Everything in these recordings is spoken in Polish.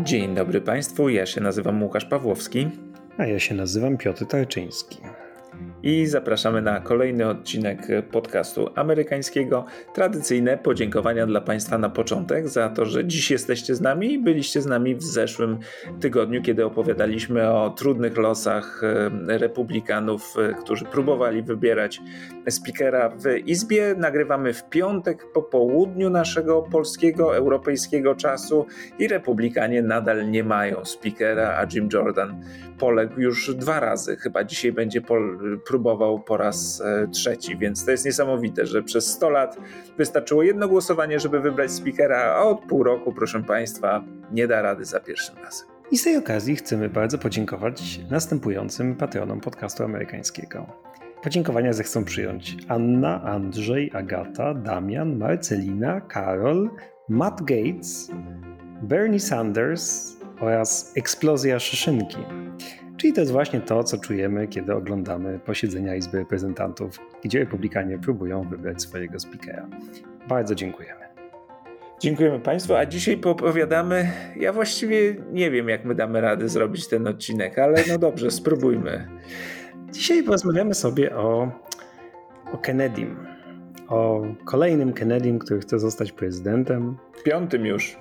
Dzień dobry Państwu, ja się nazywam Łukasz Pawłowski. A ja się nazywam Piotr Tarczyński. I zapraszamy na kolejny odcinek podcastu amerykańskiego. Tradycyjne podziękowania dla Państwa na początek za to, że dziś jesteście z nami i byliście z nami w zeszłym tygodniu, kiedy opowiadaliśmy o trudnych losach republikanów, którzy próbowali wybierać speakera w Izbie. Nagrywamy w piątek po południu naszego polskiego, europejskiego czasu i republikanie nadal nie mają speakera, a Jim Jordan poległ już 2 razy. Chyba dzisiaj będzie próbował po raz 3, więc to jest niesamowite, że przez 100 lat wystarczyło jedno głosowanie, żeby wybrać speakera, a od pół roku, proszę Państwa, nie da rady za pierwszym razem. I z tej okazji chcemy bardzo podziękować następującym patronom podcastu amerykańskiego. Podziękowania zechcą przyjąć Anna, Andrzej, Agata, Damian, Marcelina, Karol, Matt Gates, Bernie Sanders oraz Eksplozja Szyszynki. Czyli to jest właśnie to, co czujemy, kiedy oglądamy posiedzenia Izby Reprezentantów, gdzie republikanie próbują wybrać swojego speakera. Bardzo dziękujemy. Dziękujemy Państwu, a dzisiaj poopowiadamy, ja właściwie nie wiem, jak my damy radę zrobić ten odcinek, ale no dobrze, spróbujmy. Dzisiaj porozmawiamy sobie o Kennedym, o kolejnym Kennedym, który chce zostać prezydentem. 5. już.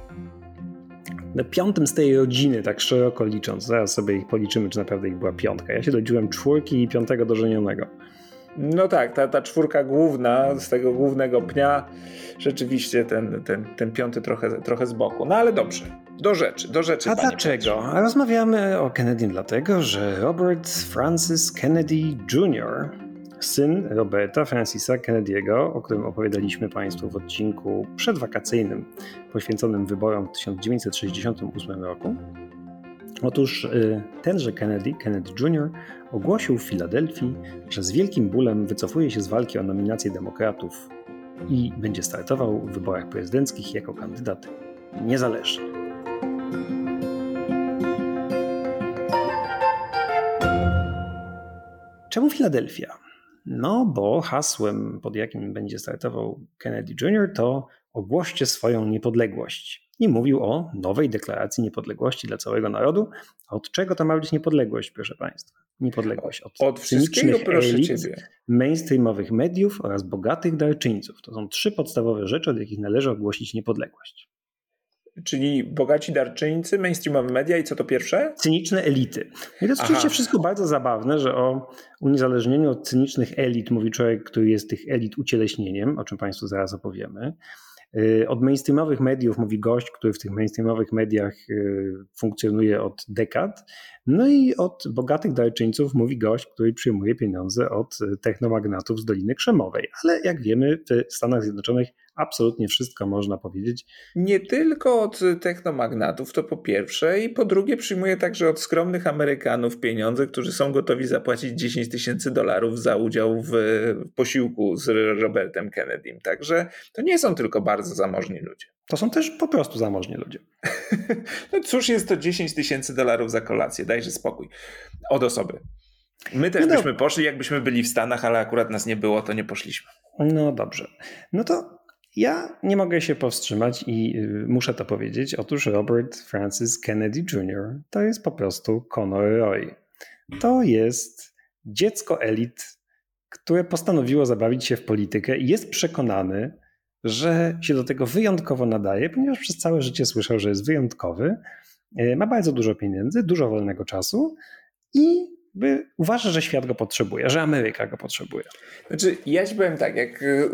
5. z tej rodziny, tak szeroko licząc. Zaraz sobie ich policzymy, czy naprawdę ich była 5. Ja się dowiedziałem 4 i 5 dożenionego. No tak, ta 4 główna, z tego głównego pnia, rzeczywiście ten 5 trochę z boku. No ale dobrze, do rzeczy. A dlaczego? A rozmawiamy o Kennedym dlatego, że Robert Francis Kennedy Jr., syn Roberta Francisa Kennedy'ego, o którym opowiadaliśmy Państwu w odcinku przedwakacyjnym poświęconym wyborom w 1968 roku. Otóż tenże Kennedy Jr. ogłosił w Filadelfii, że z wielkim bólem wycofuje się z walki o nominację demokratów i będzie startował w wyborach prezydenckich jako kandydat niezależny. Czemu Filadelfia? No bo hasłem, pod jakim będzie startował Kennedy Jr., to ogłoście swoją niepodległość. I mówił o nowej deklaracji niepodległości dla całego narodu. A od czego to ma być niepodległość, proszę Państwa? Niepodległość od wszystkiego, proszę elit, Ciebie. Mainstreamowych mediów oraz bogatych darczyńców. To są 3 podstawowe rzeczy, od jakich należy ogłosić niepodległość. Czyli bogaci darczyńcy, mainstreamowe media i co to pierwsze? Cyniczne elity. I to jest oczywiście wszystko bardzo zabawne, że o uniezależnieniu od cynicznych elit mówi człowiek, który jest tych elit ucieleśnieniem, o czym Państwu zaraz opowiemy. Od mainstreamowych mediów mówi gość, który w tych mainstreamowych mediach funkcjonuje od dekad. No i od bogatych darczyńców mówi gość, który przyjmuje pieniądze od technomagnatów z Doliny Krzemowej. Ale jak wiemy, w Stanach Zjednoczonych absolutnie wszystko można powiedzieć. Nie tylko od technomagnatów, to po pierwsze, i po drugie przyjmuje także od skromnych Amerykanów pieniądze, którzy są gotowi zapłacić $10,000 za udział w posiłku z Robertem Kennedym. Także to nie są tylko bardzo zamożni ludzie. To są też po prostu zamożni ludzie. No cóż jest to $10,000 za kolację? Dajże spokój. Od osoby. My też byśmy poszli, jakbyśmy byli w Stanach, ale akurat nas nie było, to nie poszliśmy. No dobrze. No to ja nie mogę się powstrzymać i muszę to powiedzieć. Otóż Robert Francis Kennedy Jr. to jest po prostu Conor Roy. To jest dziecko elit, które postanowiło zabawić się w politykę i jest przekonany, że się do tego wyjątkowo nadaje, ponieważ przez całe życie słyszał, że jest wyjątkowy, ma bardzo dużo pieniędzy, dużo wolnego czasu i uważa, że świat go potrzebuje, że Ameryka go potrzebuje. Znaczy, ja ci powiem tak,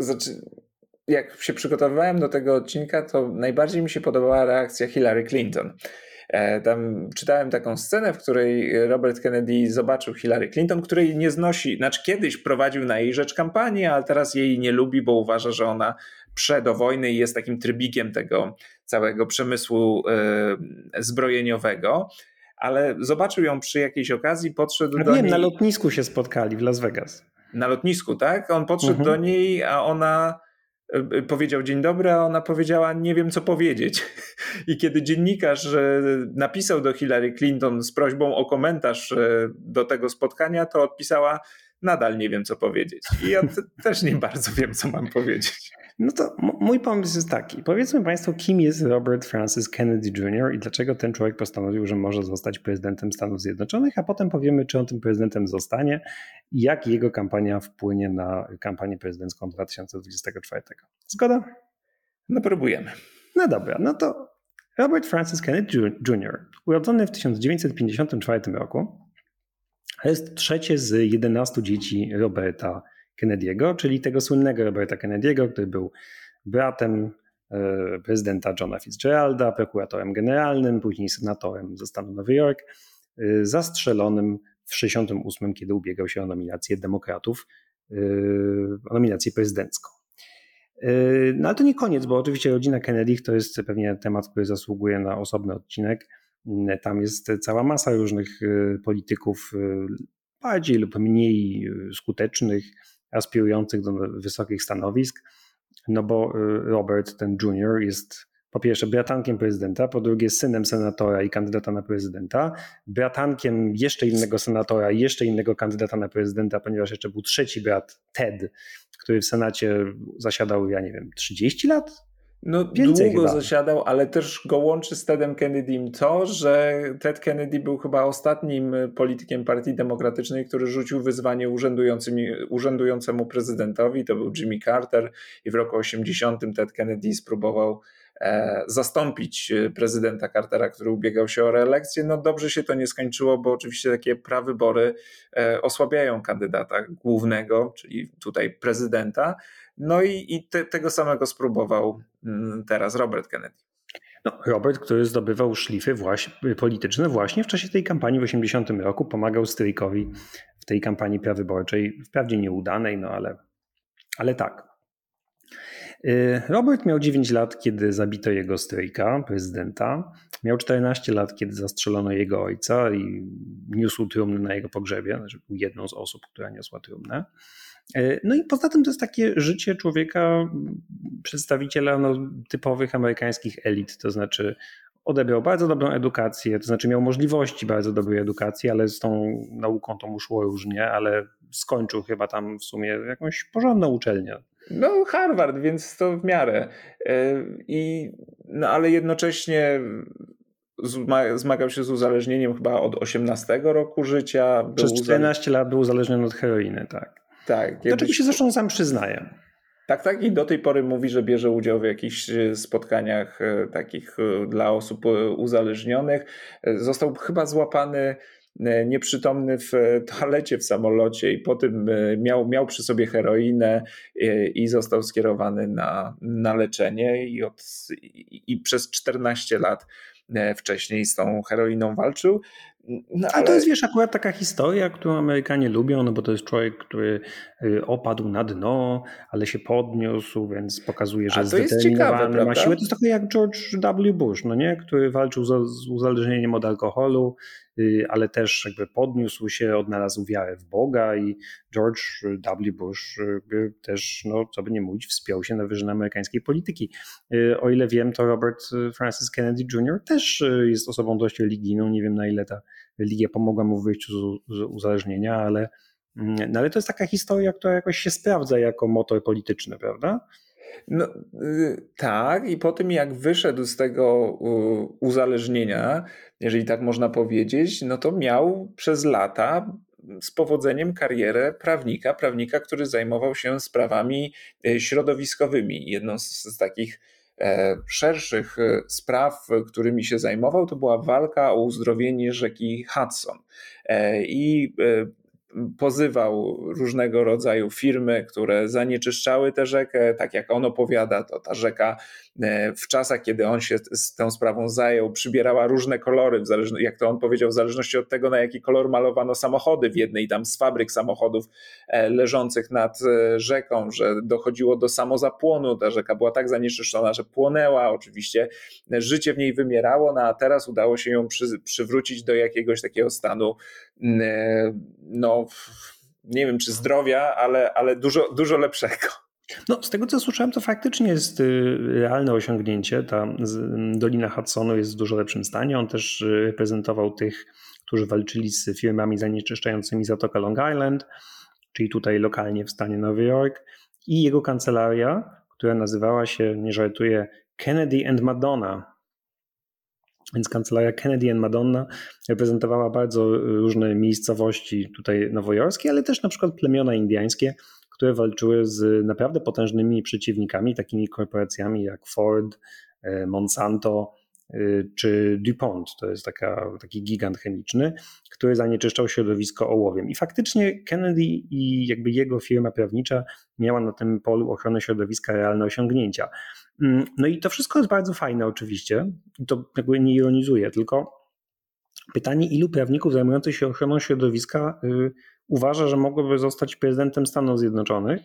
jak się przygotowywałem do tego odcinka, to najbardziej mi się podobała reakcja Hillary Clinton. Tam czytałem taką scenę, w której Robert Kennedy zobaczył Hillary Clinton, której nie znosi, znaczy kiedyś prowadził na jej rzecz kampanię, ale teraz jej nie lubi, bo uważa, że ona prze do wojny i jest takim trybikiem tego całego przemysłu zbrojeniowego. Ale zobaczył ją przy jakiejś okazji, podszedł do niej. Na lotnisku się spotkali w Las Vegas. Na lotnisku, tak? On podszedł do niej, a ona powiedział dzień dobry, a ona powiedziała nie wiem co powiedzieć. I kiedy dziennikarz napisał do Hillary Clinton z prośbą o komentarz do tego spotkania, to odpisała nadal nie wiem, co powiedzieć. I ja też nie bardzo wiem, co mam powiedzieć. No to mój pomysł jest taki. Powiedzmy Państwu, kim jest Robert Francis Kennedy Jr. i dlaczego ten człowiek postanowił, że może zostać prezydentem Stanów Zjednoczonych, a potem powiemy, czy on tym prezydentem zostanie i jak jego kampania wpłynie na kampanię prezydencką 2024. Zgoda? No próbujemy. No dobra, no to Robert Francis Kennedy Jr., urodzony w 1954 roku, jest trzecie z 11 dzieci Roberta Kennedy'ego, czyli tego słynnego Roberta Kennedy'ego, który był bratem prezydenta Johna Fitzgeralda, prokuratorem generalnym, później senatorem ze stanu Nowy Jork, zastrzelonym w 1968, kiedy ubiegał się o nominację demokratów, o nominację prezydencką. No ale to nie koniec, bo oczywiście rodzina Kennedy to jest pewnie temat, który zasługuje na osobny odcinek. Tam jest cała masa różnych polityków, bardziej lub mniej skutecznych, aspirujących do wysokich stanowisk, no bo Robert, ten junior, jest po pierwsze bratankiem prezydenta, po drugie synem senatora i kandydata na prezydenta, bratankiem jeszcze innego senatora i jeszcze innego kandydata na prezydenta, ponieważ jeszcze był trzeci brat, Ted, który w Senacie zasiadał, ja nie wiem, 30 lat? No Więcej długo chyba zasiadał, ale też go łączy z Tedem Kennedym to, że Ted Kennedy był chyba ostatnim politykiem Partii Demokratycznej, który rzucił wyzwanie urzędującemu prezydentowi. To był Jimmy Carter i w roku 80 Ted Kennedy spróbował zastąpić prezydenta Cartera, który ubiegał się o reelekcję. No dobrze się to nie skończyło, bo oczywiście takie prawybory osłabiają kandydata głównego, czyli tutaj prezydenta. No i tego samego spróbował teraz Robert Kennedy. No, Robert, który zdobywał szlify polityczne właśnie w czasie tej kampanii w 80 roku, pomagał stryjkowi w tej kampanii prawyborczej, wprawdzie nieudanej, no ale tak. Robert miał 9 lat, kiedy zabito jego stryjka, prezydenta. Miał 14 lat, kiedy zastrzelono jego ojca i niósł trumnę na jego pogrzebie, znaczy był jedną z osób, która niosła trumnę. No i poza tym to jest takie życie człowieka, przedstawiciela typowych amerykańskich elit, to znaczy odebrał bardzo dobrą edukację, to znaczy miał możliwości bardzo dobrej edukacji, ale z tą nauką to mu szło różnie, ale skończył chyba tam w sumie jakąś porządną uczelnię. No Harvard, więc to w miarę. No ale jednocześnie zmagał się z uzależnieniem chyba od 18 roku życia. Przez 14 lat był uzależniony od heroiny, tak. Tak. Do czego się zresztą sam przyznaje. Tak. I do tej pory mówi, że bierze udział w jakichś spotkaniach takich dla osób uzależnionych. Został chyba złapany nieprzytomny w toalecie w samolocie i po tym miał przy sobie heroinę i został skierowany na leczenie i przez 14 lat wcześniej z tą heroiną walczył. No, ale to jest, wiesz, akurat taka historia, którą Amerykanie lubią, no bo to jest człowiek, który opadł na dno, ale się podniósł, więc pokazuje, że jest zdeterminowany, ma siłę. To jest trochę jak George W. Bush, no nie? Który walczył z uzależnieniem od alkoholu, ale też jakby podniósł się, odnalazł wiarę w Boga i George W. Bush też, no co by nie mówić, wspiął się na wyżyny amerykańskiej polityki. O ile wiem, to Robert Francis Kennedy Jr. też jest osobą dość religijną, nie wiem na ile ta religia pomogła mu w wyjściu z uzależnienia, ale to jest taka historia, która jakoś się sprawdza jako motor polityczny, prawda? No tak, i po tym jak wyszedł z tego uzależnienia, jeżeli tak można powiedzieć, no to miał przez lata z powodzeniem karierę prawnika, który zajmował się sprawami środowiskowymi. Jedną z takich szerszych spraw, którymi się zajmował, to była walka o uzdrowienie rzeki Hudson. I pozywał różnego rodzaju firmy, które zanieczyszczały tę rzekę. Tak jak on opowiada, to ta rzeka w czasach, kiedy on się z tą sprawą zajął, przybierała różne kolory, jak to on powiedział, w zależności od tego, na jaki kolor malowano samochody w jednej tam z fabryk samochodów leżących nad rzeką, że dochodziło do samozapłonu. Ta rzeka była tak zanieczyszczona, że płonęła. Oczywiście życie w niej wymierało, no a teraz udało się ją przywrócić do jakiegoś takiego stanu, no nie wiem czy zdrowia, ale dużo lepszego. No, z tego co słyszałem, to faktycznie jest realne osiągnięcie. Ta Dolina Hudsonu jest w dużo lepszym stanie. On też reprezentował tych, którzy walczyli z firmami zanieczyszczającymi Zatokę Long Island. czyli tutaj lokalnie w stanie Nowy Jork, i jego kancelaria, która nazywała się, nie żartuję, Kennedy and Madonna. Więc kancelaria Kennedy and Madonna reprezentowała bardzo różne miejscowości tutaj nowojorskie, ale też na przykład plemiona indyjskie, które walczyły z naprawdę potężnymi przeciwnikami, takimi korporacjami jak Ford, Monsanto czy DuPont. To jest taki gigant chemiczny, który zanieczyszczał środowisko ołowiem. I faktycznie Kennedy i jakby jego firma prawnicza miała na tym polu ochrony środowiska realne osiągnięcia. No i to wszystko jest bardzo fajne oczywiście, to jakby nie ironizuję, tylko pytanie, ilu prawników zajmujących się ochroną środowiska uważa, że mogłoby zostać prezydentem Stanów Zjednoczonych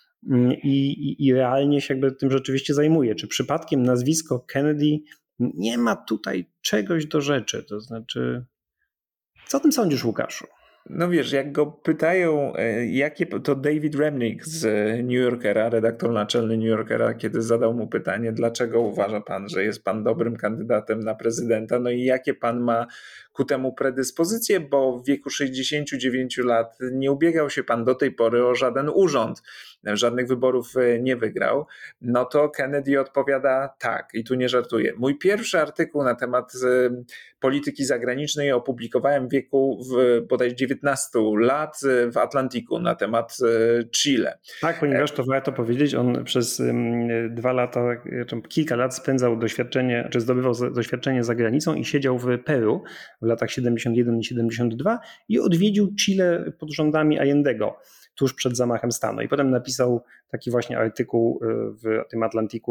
i realnie się jakby tym rzeczywiście zajmuje. Czy przypadkiem nazwisko Kennedy nie ma tutaj czegoś do rzeczy? To znaczy, co o tym sądzisz, Łukaszu? No wiesz, jak go pytają, to David Remnick z New Yorkera, redaktor naczelny New Yorkera, kiedy zadał mu pytanie, dlaczego uważa pan, że jest pan dobrym kandydatem na prezydenta, no i jakie pan ma ku temu predyspozycje, bo w wieku 69 lat nie ubiegał się pan do tej pory o żaden urząd, żadnych wyborów nie wygrał, no to Kennedy odpowiada tak, i tu nie żartuję. Mój pierwszy artykuł na temat polityki zagranicznej opublikowałem w wieku bodaj 19 lat w Atlantiku na temat Chile. Tak, ponieważ to warto powiedzieć, on przez 2 lata, kilka lat spędzał doświadczenie, czy zdobywał doświadczenie za granicą i siedział w Peru w latach 71 i 72 i odwiedził Chile pod rządami Allendego tuż przed zamachem stanu. I potem napisał taki właśnie artykuł w tym Atlantiku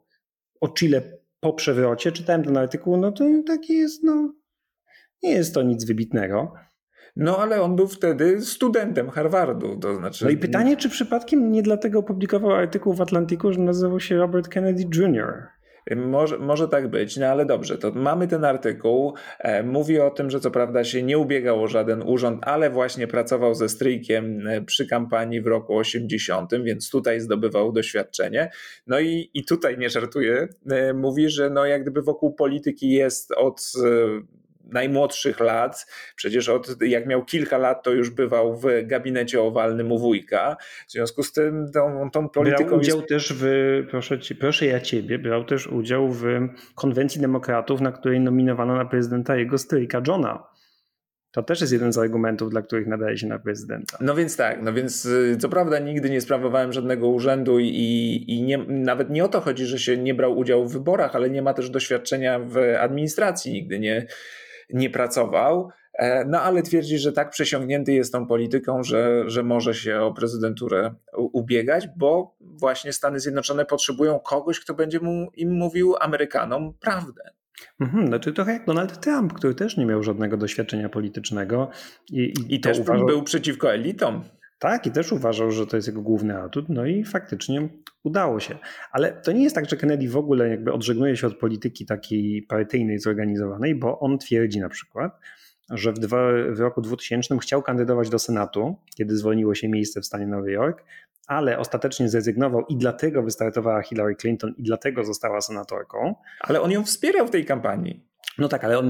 o Chile po przewrocie. Czytałem ten artykuł, no to taki jest, no nie jest to nic wybitnego. No ale on był wtedy studentem Harvardu, to znaczy... No i pytanie, czy przypadkiem nie dlatego opublikował artykuł w Atlantiku, że nazywał się Robert Kennedy Jr.? Może tak być, no ale dobrze, to mamy ten artykuł, mówi o tym, że co prawda się nie ubiegał o żaden urząd, ale właśnie pracował ze stryjkiem przy kampanii w roku 80, więc tutaj zdobywał doświadczenie. No i tutaj, nie żartuję, mówi, że no jak gdyby wokół polityki jest od najmłodszych lat, przecież jak miał kilka lat, to już bywał w gabinecie owalnym u wujka, w związku z tym tą polityką... Brał udział też proszę ja ciebie, brał też udział w konwencji demokratów, na której nominowano na prezydenta jego stryjka Johna. To też jest jeden z argumentów, dla których nadaje się na prezydenta. No więc tak, co prawda nigdy nie sprawowałem żadnego urzędu i nawet nie o to chodzi, że się nie brał udziału w wyborach, ale nie ma też doświadczenia w administracji, nigdy nie pracował, no ale twierdzi, że tak przesiąknięty jest tą polityką, że może się o prezydenturę ubiegać, bo właśnie Stany Zjednoczone potrzebują kogoś, kto będzie im mówił, Amerykanom, prawdę. Znaczy trochę jak Donald Trump, który też nie miał żadnego doświadczenia politycznego. I też był przeciwko elitom. Tak, i też uważał, że to jest jego główny atut, no i faktycznie udało się. Ale to nie jest tak, że Kennedy w ogóle jakby odżegnuje się od polityki takiej partyjnej, zorganizowanej, bo on twierdzi na przykład, że w roku 2000 chciał kandydować do Senatu, kiedy zwolniło się miejsce w stanie Nowy Jork, ale ostatecznie zrezygnował i dlatego wystartowała Hillary Clinton i dlatego została senatorką. Ale on ją wspierał w tej kampanii. No tak, ale on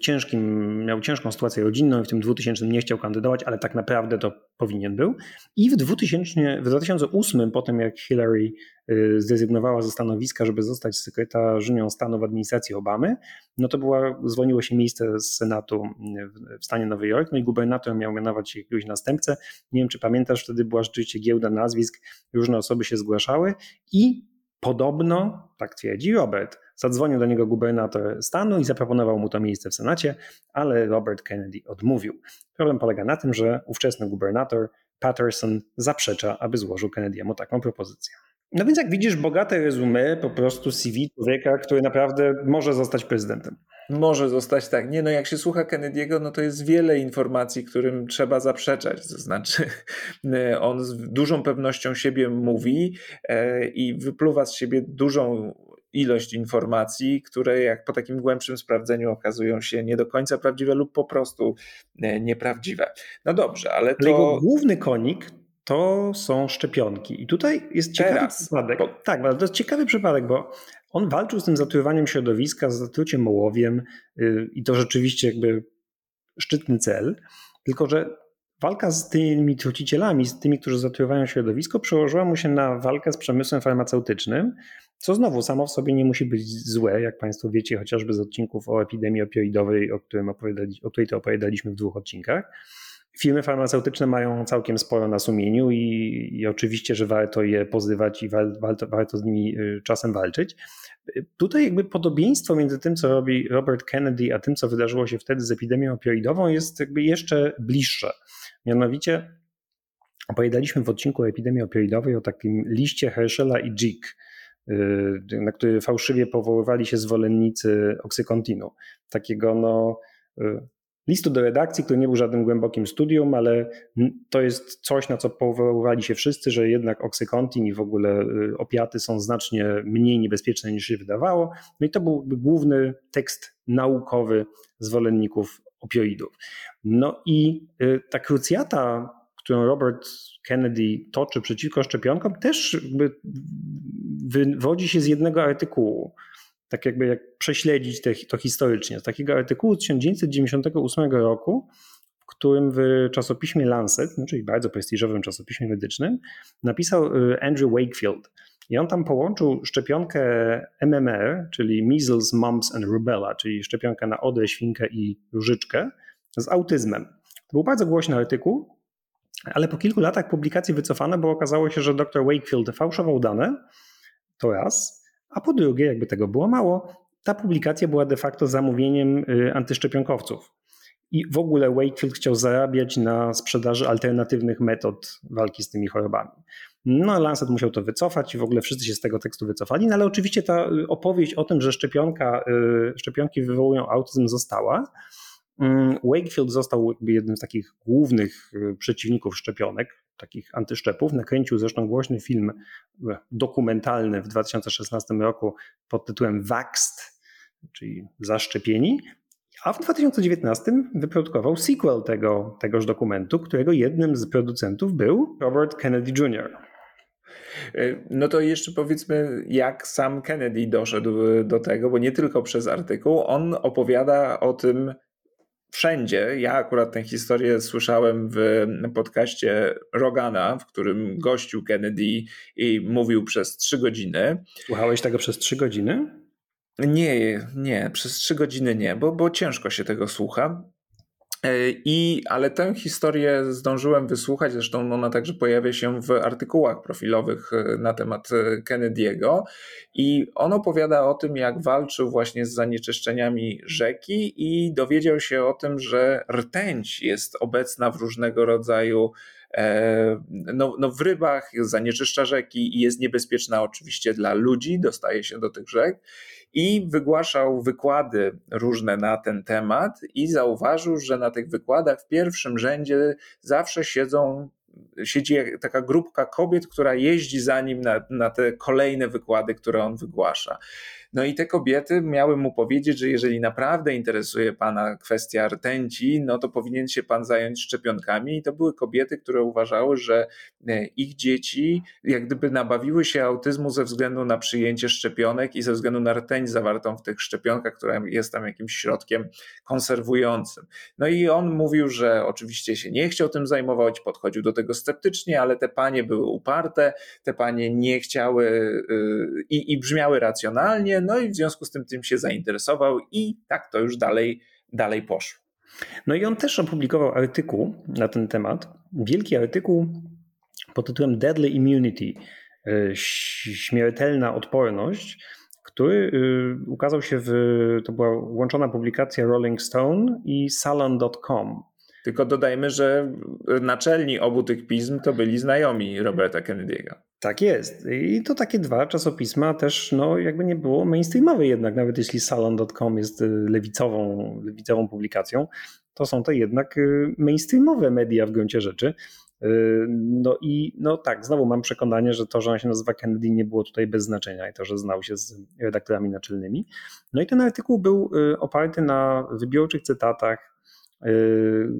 miał ciężką sytuację rodzinną i w tym 2000 nie chciał kandydować, ale tak naprawdę to powinien był. I w 2008, potem jak Hillary zrezygnowała ze stanowiska, żeby zostać sekretarzynią stanu w administracji Obamy, no to zwolniło się miejsce z Senatu w stanie Nowy Jork, no i gubernator miał mianować jakiegoś następcę. Nie wiem, czy pamiętasz, wtedy była rzeczywiście giełda nazwisk, różne osoby się zgłaszały i podobno, tak twierdzi Robert, zadzwonił do niego gubernator stanu i zaproponował mu to miejsce w Senacie, ale Robert Kennedy odmówił. Problem polega na tym, że ówczesny gubernator Patterson zaprzecza, aby złożył Kennedy'emu taką propozycję. No więc jak widzisz, bogate resume, po prostu CV człowieka, który naprawdę może zostać prezydentem. Może zostać tak. Nie, no jak się słucha Kennedy'ego, no to jest wiele informacji, którym trzeba zaprzeczać. To znaczy on z dużą pewnością siebie mówi i wypluwa z siebie dużą ilość informacji, które jak po takim głębszym sprawdzeniu okazują się nie do końca prawdziwe lub po prostu nieprawdziwe. No dobrze, ale jego główny konik to są szczepionki. I tutaj jest ciekawy przypadek. Tak, to jest ciekawy przypadek, bo on walczył z tym zatruwaniem środowiska, z zatruciem ołowiem i to rzeczywiście jakby szczytny cel, tylko że walka z tymi trucicielami, z tymi, którzy zatruwają środowisko, przełożyła mu się na walkę z przemysłem farmaceutycznym, co znowu samo w sobie nie musi być złe, jak Państwo wiecie, chociażby z odcinków o epidemii opioidowej, o której to opowiadaliśmy w 2 odcinkach. Firmy farmaceutyczne mają całkiem sporo na sumieniu i oczywiście, że warto je pozywać i warto z nimi czasem walczyć. Tutaj jakby podobieństwo między tym, co robi Robert Kennedy, a tym, co wydarzyło się wtedy z epidemią opioidową, jest jakby jeszcze bliższe. Mianowicie opowiadaliśmy w odcinku o epidemii opioidowej o takim liście Herschela i Jig, na który fałszywie powoływali się zwolennicy Oxycontinu. Takiego listu do redakcji, który nie był żadnym głębokim studium, ale to jest coś, na co powoływali się wszyscy, że jednak Oxycontin i w ogóle opiaty są znacznie mniej niebezpieczne niż się wydawało. No i to był główny tekst naukowy zwolenników opioidów. No i ta krucjata, którą Robert Kennedy toczy przeciwko szczepionkom, też jakby wywodzi się z jednego artykułu. Tak jakby jak prześledzić to historycznie. Z takiego artykułu z 1998 roku, w którym w czasopiśmie Lancet, czyli bardzo prestiżowym czasopiśmie medycznym, napisał Andrew Wakefield. I on tam połączył szczepionkę MMR, czyli Measles, Mumps and Rubella, czyli szczepionkę na odrę, świnkę i różyczkę, z autyzmem. To był bardzo głośny artykuł, ale po kilku latach publikacji wycofano, bo okazało się, że dr Wakefield fałszował dane, to raz, a po drugie, jakby tego było mało, ta publikacja była de facto zamówieniem antyszczepionkowców. I w ogóle Wakefield chciał zarabiać na sprzedaży alternatywnych metod walki z tymi chorobami. No Lancet musiał to wycofać i w ogóle wszyscy się z tego tekstu wycofali, no ale oczywiście ta opowieść o tym, że szczepionki wywołują autyzm została. Wakefield został jakby jednym z takich głównych przeciwników szczepionek, takich antyszczepów. Nakręcił zresztą głośny film dokumentalny w 2016 roku pod tytułem Vaxxed, czyli zaszczepieni, a w 2019 wyprodukował sequel tegoż dokumentu, którego jednym z producentów był Robert Kennedy Jr. No to jeszcze powiedzmy, jak sam Kennedy doszedł do tego, bo nie tylko przez artykuł, on opowiada o tym wszędzie. Ja akurat tę historię słyszałem w podcaście Rogana, w którym gościł Kennedy i mówił przez 3 godziny. Słuchałeś tego przez 3 godziny? Nie, przez 3 godziny nie, bo ciężko się tego słucha. Ale tę historię zdążyłem wysłuchać, zresztą ona także pojawia się w artykułach profilowych na temat Kennedy'ego i on opowiada o tym, jak walczył właśnie z zanieczyszczeniami rzeki i dowiedział się o tym, że rtęć jest obecna w różnego rodzaju w rybach, zanieczyszcza rzeki i jest niebezpieczna oczywiście dla ludzi, dostaje się do tych rzek. I wygłaszał wykłady różne na ten temat i zauważył, że na tych wykładach w pierwszym rzędzie zawsze siedzi taka grupka kobiet, która jeździ za nim na te kolejne wykłady, które on wygłasza. No i te kobiety miały mu powiedzieć, że jeżeli naprawdę interesuje pana kwestia rtęci, no to powinien się pan zająć szczepionkami. I to były kobiety, które uważały, że ich dzieci jak gdyby nabawiły się autyzmu ze względu na przyjęcie szczepionek i ze względu na rtęć zawartą w tych szczepionkach, która jest tam jakimś środkiem konserwującym. No i on mówił, że oczywiście się nie chciał tym zajmować, podchodził do tego sceptycznie, ale te panie były uparte, te panie nie chciały i brzmiały racjonalnie, no i w związku z tym się zainteresował i tak to już dalej poszło. No i on też opublikował artykuł na ten temat, wielki artykuł pod tytułem Deadly Immunity, śmiertelna odporność, który ukazał się to była łączona publikacja Rolling Stone i Salon.com. Tylko dodajmy, że naczelni obu tych pism to byli znajomi Roberta Kennedy'ego. Tak jest. I to takie 2 czasopisma też jakby nie było mainstreamowe jednak, nawet jeśli Salon.com jest lewicową publikacją, to są to jednak mainstreamowe media w gruncie rzeczy. Tak, znowu mam przekonanie, że to, że on się nazywa Kennedy, nie było tutaj bez znaczenia i to, że znał się z redaktorami naczelnymi. No i ten artykuł był oparty na wybiórczych cytatach.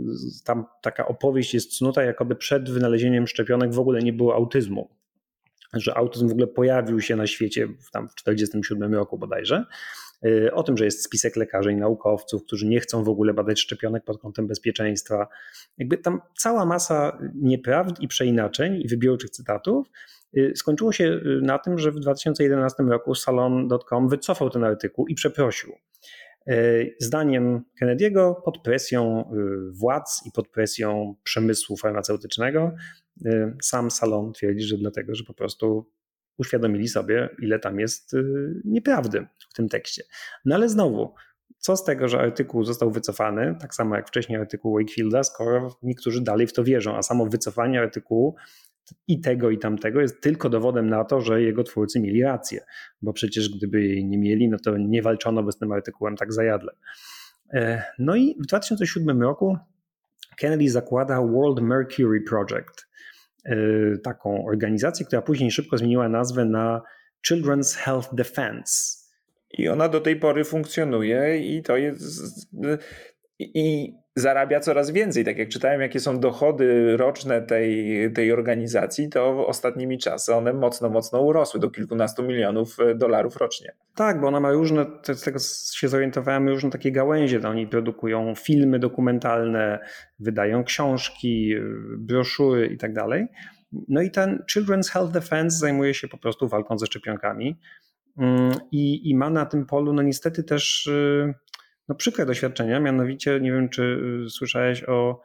Tam taka opowieść jest snuta, jakoby przed wynalezieniem szczepionek w ogóle nie było autyzmu. że autyzm w ogóle pojawił się na świecie tam w 1947 roku bodajże, o tym, że jest spisek lekarzy i naukowców, którzy nie chcą w ogóle badać szczepionek pod kątem bezpieczeństwa. Jakby tam cała masa nieprawd i przeinaczeń i wybiórczych cytatów. Skończyło się na tym, że w 2011 roku Salon.com wycofał ten artykuł i przeprosił. Zdaniem Kennedy'ego pod presją władz i pod presją przemysłu farmaceutycznego sam Salon twierdzi, że dlatego, że po prostu uświadomili sobie, ile tam jest nieprawdy w tym tekście. No ale znowu, co z tego, że artykuł został wycofany, tak samo jak wcześniej artykuł Wakefielda, skoro niektórzy dalej w to wierzą, a samo wycofanie artykułu i tego, i tamtego jest tylko dowodem na to, że jego twórcy mieli rację, bo przecież gdyby jej nie mieli, no to nie walczono by z tym artykułem tak zajadle. No i w 2007 roku Kennedy zakłada World Mercury Project, taką organizację, która później szybko zmieniła nazwę na Children's Health Defense. I ona do tej pory funkcjonuje i to jest... I zarabia coraz więcej. Tak jak czytałem, jakie są dochody roczne tej organizacji, to ostatnimi czasy one mocno urosły do kilkunastu milionów dolarów rocznie. Tak, bo ona ma różne, z tego się zorientowałem, różne takie gałęzie. To oni produkują filmy dokumentalne, wydają książki, broszury i tak dalej. No i ten Children's Health Defense zajmuje się po prostu walką ze szczepionkami i ma na tym polu no niestety też przykre doświadczenia, mianowicie nie wiem, czy słyszałeś o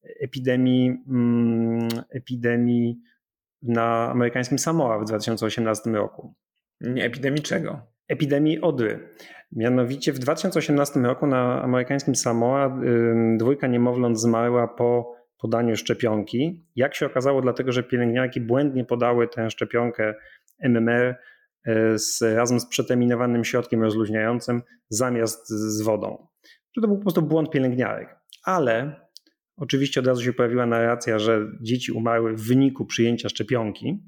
epidemii na amerykańskim Samoa w 2018 roku. Nie, epidemii czego? Epidemii odry. Mianowicie w 2018 roku na amerykańskim Samoa 2 niemowląt zmarła po podaniu szczepionki. Jak się okazało, dlatego że pielęgniarki błędnie podały tę szczepionkę MMR razem z przeterminowanym środkiem rozluźniającym zamiast z wodą. To był po prostu błąd pielęgniarek. Ale oczywiście od razu się pojawiła narracja, że dzieci umarły w wyniku przyjęcia szczepionki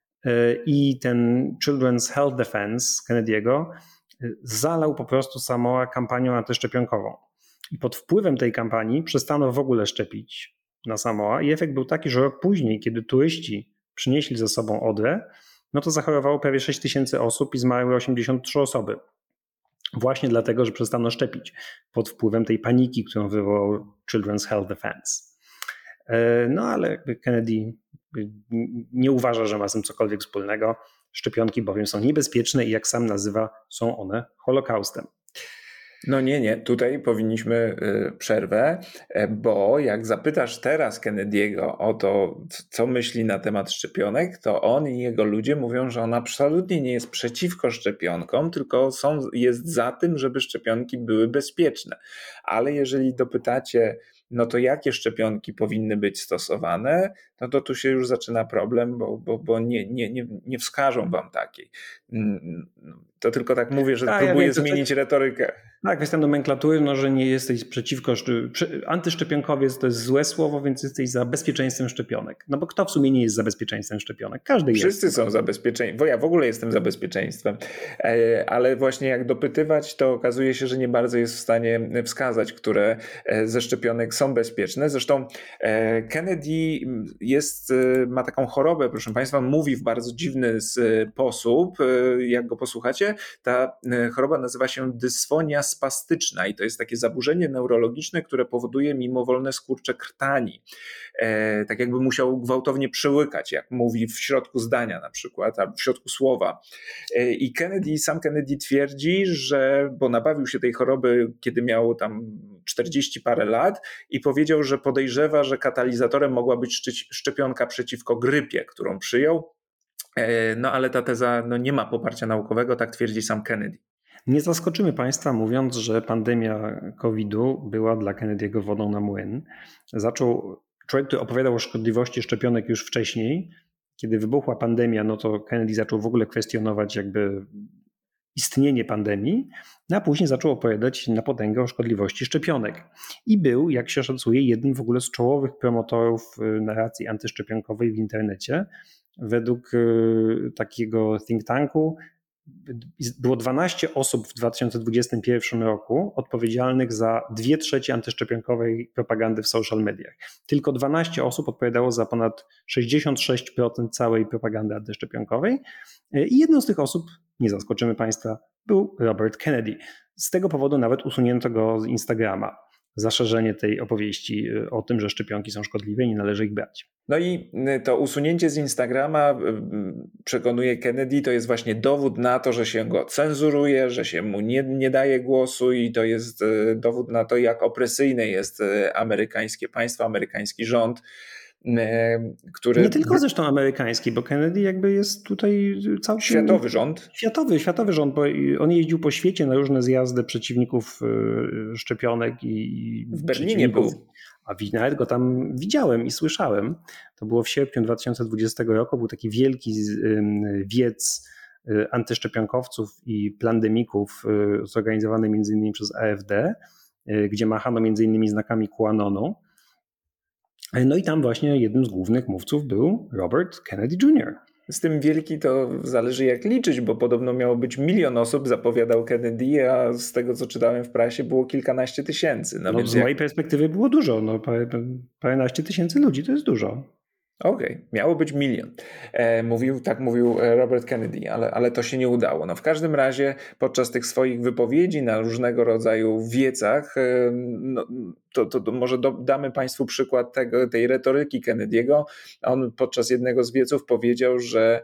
i ten Children's Health Defense Kennedy'ego zalał po prostu Samoa kampanią antyszczepionkową. I pod wpływem tej kampanii przestano w ogóle szczepić na Samoa i efekt był taki, że rok później, kiedy turyści przynieśli ze sobą odrę, no to zachorowało prawie 6 000 osób i zmarły 83 osoby. Właśnie dlatego, że przestano szczepić pod wpływem tej paniki, którą wywołał Children's Health Defense. No ale Kennedy nie uważa, że ma z tym cokolwiek wspólnego. Szczepionki bowiem są niebezpieczne i jak sam nazywa, są one Holokaustem. No nie, tutaj powinniśmy przerwę, bo jak zapytasz teraz Kennedy'ego o to, co myśli na temat szczepionek, to on i jego ludzie mówią, że on absolutnie nie jest przeciwko szczepionkom, tylko jest za tym, żeby szczepionki były bezpieczne. Ale jeżeli dopytacie, no to jakie szczepionki powinny być stosowane, no to tu się już zaczyna problem, bo nie wskażą wam takiej. To tylko tak mówię, że próbuję zmienić retorykę. Tak, kwestia nomenklatury, no, że nie jesteś przeciwko, antyszczepionkowiec to jest złe słowo, więc jesteś za bezpieczeństwem szczepionek. No bo kto w sumie nie jest za bezpieczeństwem szczepionek? Każdy jest. Wszyscy są za bezpieczeństwem, bo ja w ogóle jestem za bezpieczeństwem, ale właśnie jak dopytywać, to okazuje się, że nie bardzo jest w stanie wskazać, które ze szczepionek są bezpieczne. Zresztą Kennedy ma taką chorobę, proszę Państwa, mówi w bardzo dziwny sposób, jak go posłuchacie. Ta choroba nazywa się dysfonia spastyczna i to jest takie zaburzenie neurologiczne, które powoduje mimowolne skurcze krtani. Tak jakby musiał gwałtownie przełykać, jak mówi w środku zdania na przykład, albo w środku słowa. I sam Kennedy twierdzi, że, bo nabawił się tej choroby, kiedy miał tam 40 parę lat i powiedział, że podejrzewa, że katalizatorem mogła być szczepionka przeciwko grypie, którą przyjął. No ale ta teza nie ma poparcia naukowego, tak twierdzi sam Kennedy. Nie zaskoczymy Państwa mówiąc, że pandemia COVID-u była dla Kennedy'ego wodą na młyn. Człowiek, który opowiadał o szkodliwości szczepionek już wcześniej, kiedy wybuchła pandemia, no to Kennedy zaczął w ogóle kwestionować jakby istnienie pandemii, a później zaczął opowiadać na potęgę o szkodliwości szczepionek. I był, jak się szacuje, jednym w ogóle z czołowych promotorów narracji antyszczepionkowej w internecie. Według takiego think tanku było 12 osób w 2021 roku odpowiedzialnych za 2/3 antyszczepionkowej propagandy w social mediach. Tylko 12 osób odpowiadało za ponad 66% całej propagandy antyszczepionkowej i jedną z tych osób, nie zaskoczymy Państwa, był Robert Kennedy. Z tego powodu nawet usunięto go z Instagrama za szerzenie tej opowieści o tym, że szczepionki są szkodliwe i nie należy ich brać. No i to usunięcie z Instagrama, przekonuje Kennedy, to jest właśnie dowód na to, że się go cenzuruje, że się mu nie daje głosu i to jest dowód na to, jak opresyjne jest amerykańskie państwo, amerykański rząd, który... Nie tylko zresztą amerykański, bo Kennedy jakby jest tutaj całkiem... Światowy rząd. Światowy rząd, bo on jeździł po świecie na różne zjazdy przeciwników szczepionek i w Berlinie był. A nawet go tam widziałem i słyszałem. To było w sierpniu 2020 roku. Był taki wielki wiec antyszczepionkowców i plandemików zorganizowany między innymi przez AfD, gdzie machano między innymi znakami QAnonu. No i tam właśnie jednym z głównych mówców był Robert Kennedy Jr. Z tym wielki to zależy jak liczyć, bo podobno miało być 1 milion osób, zapowiadał Kennedy, a z tego co czytałem w prasie było kilkanaście tysięcy. No z mojej perspektywy było dużo, paręnaście tysięcy ludzi to jest dużo. Okej, miało być 1 milion. Tak mówił Robert Kennedy, ale to się nie udało. No w każdym razie podczas tych swoich wypowiedzi na różnego rodzaju wiecach, to może damy Państwu przykład tej retoryki Kennedy'ego. On podczas jednego z wieców powiedział, że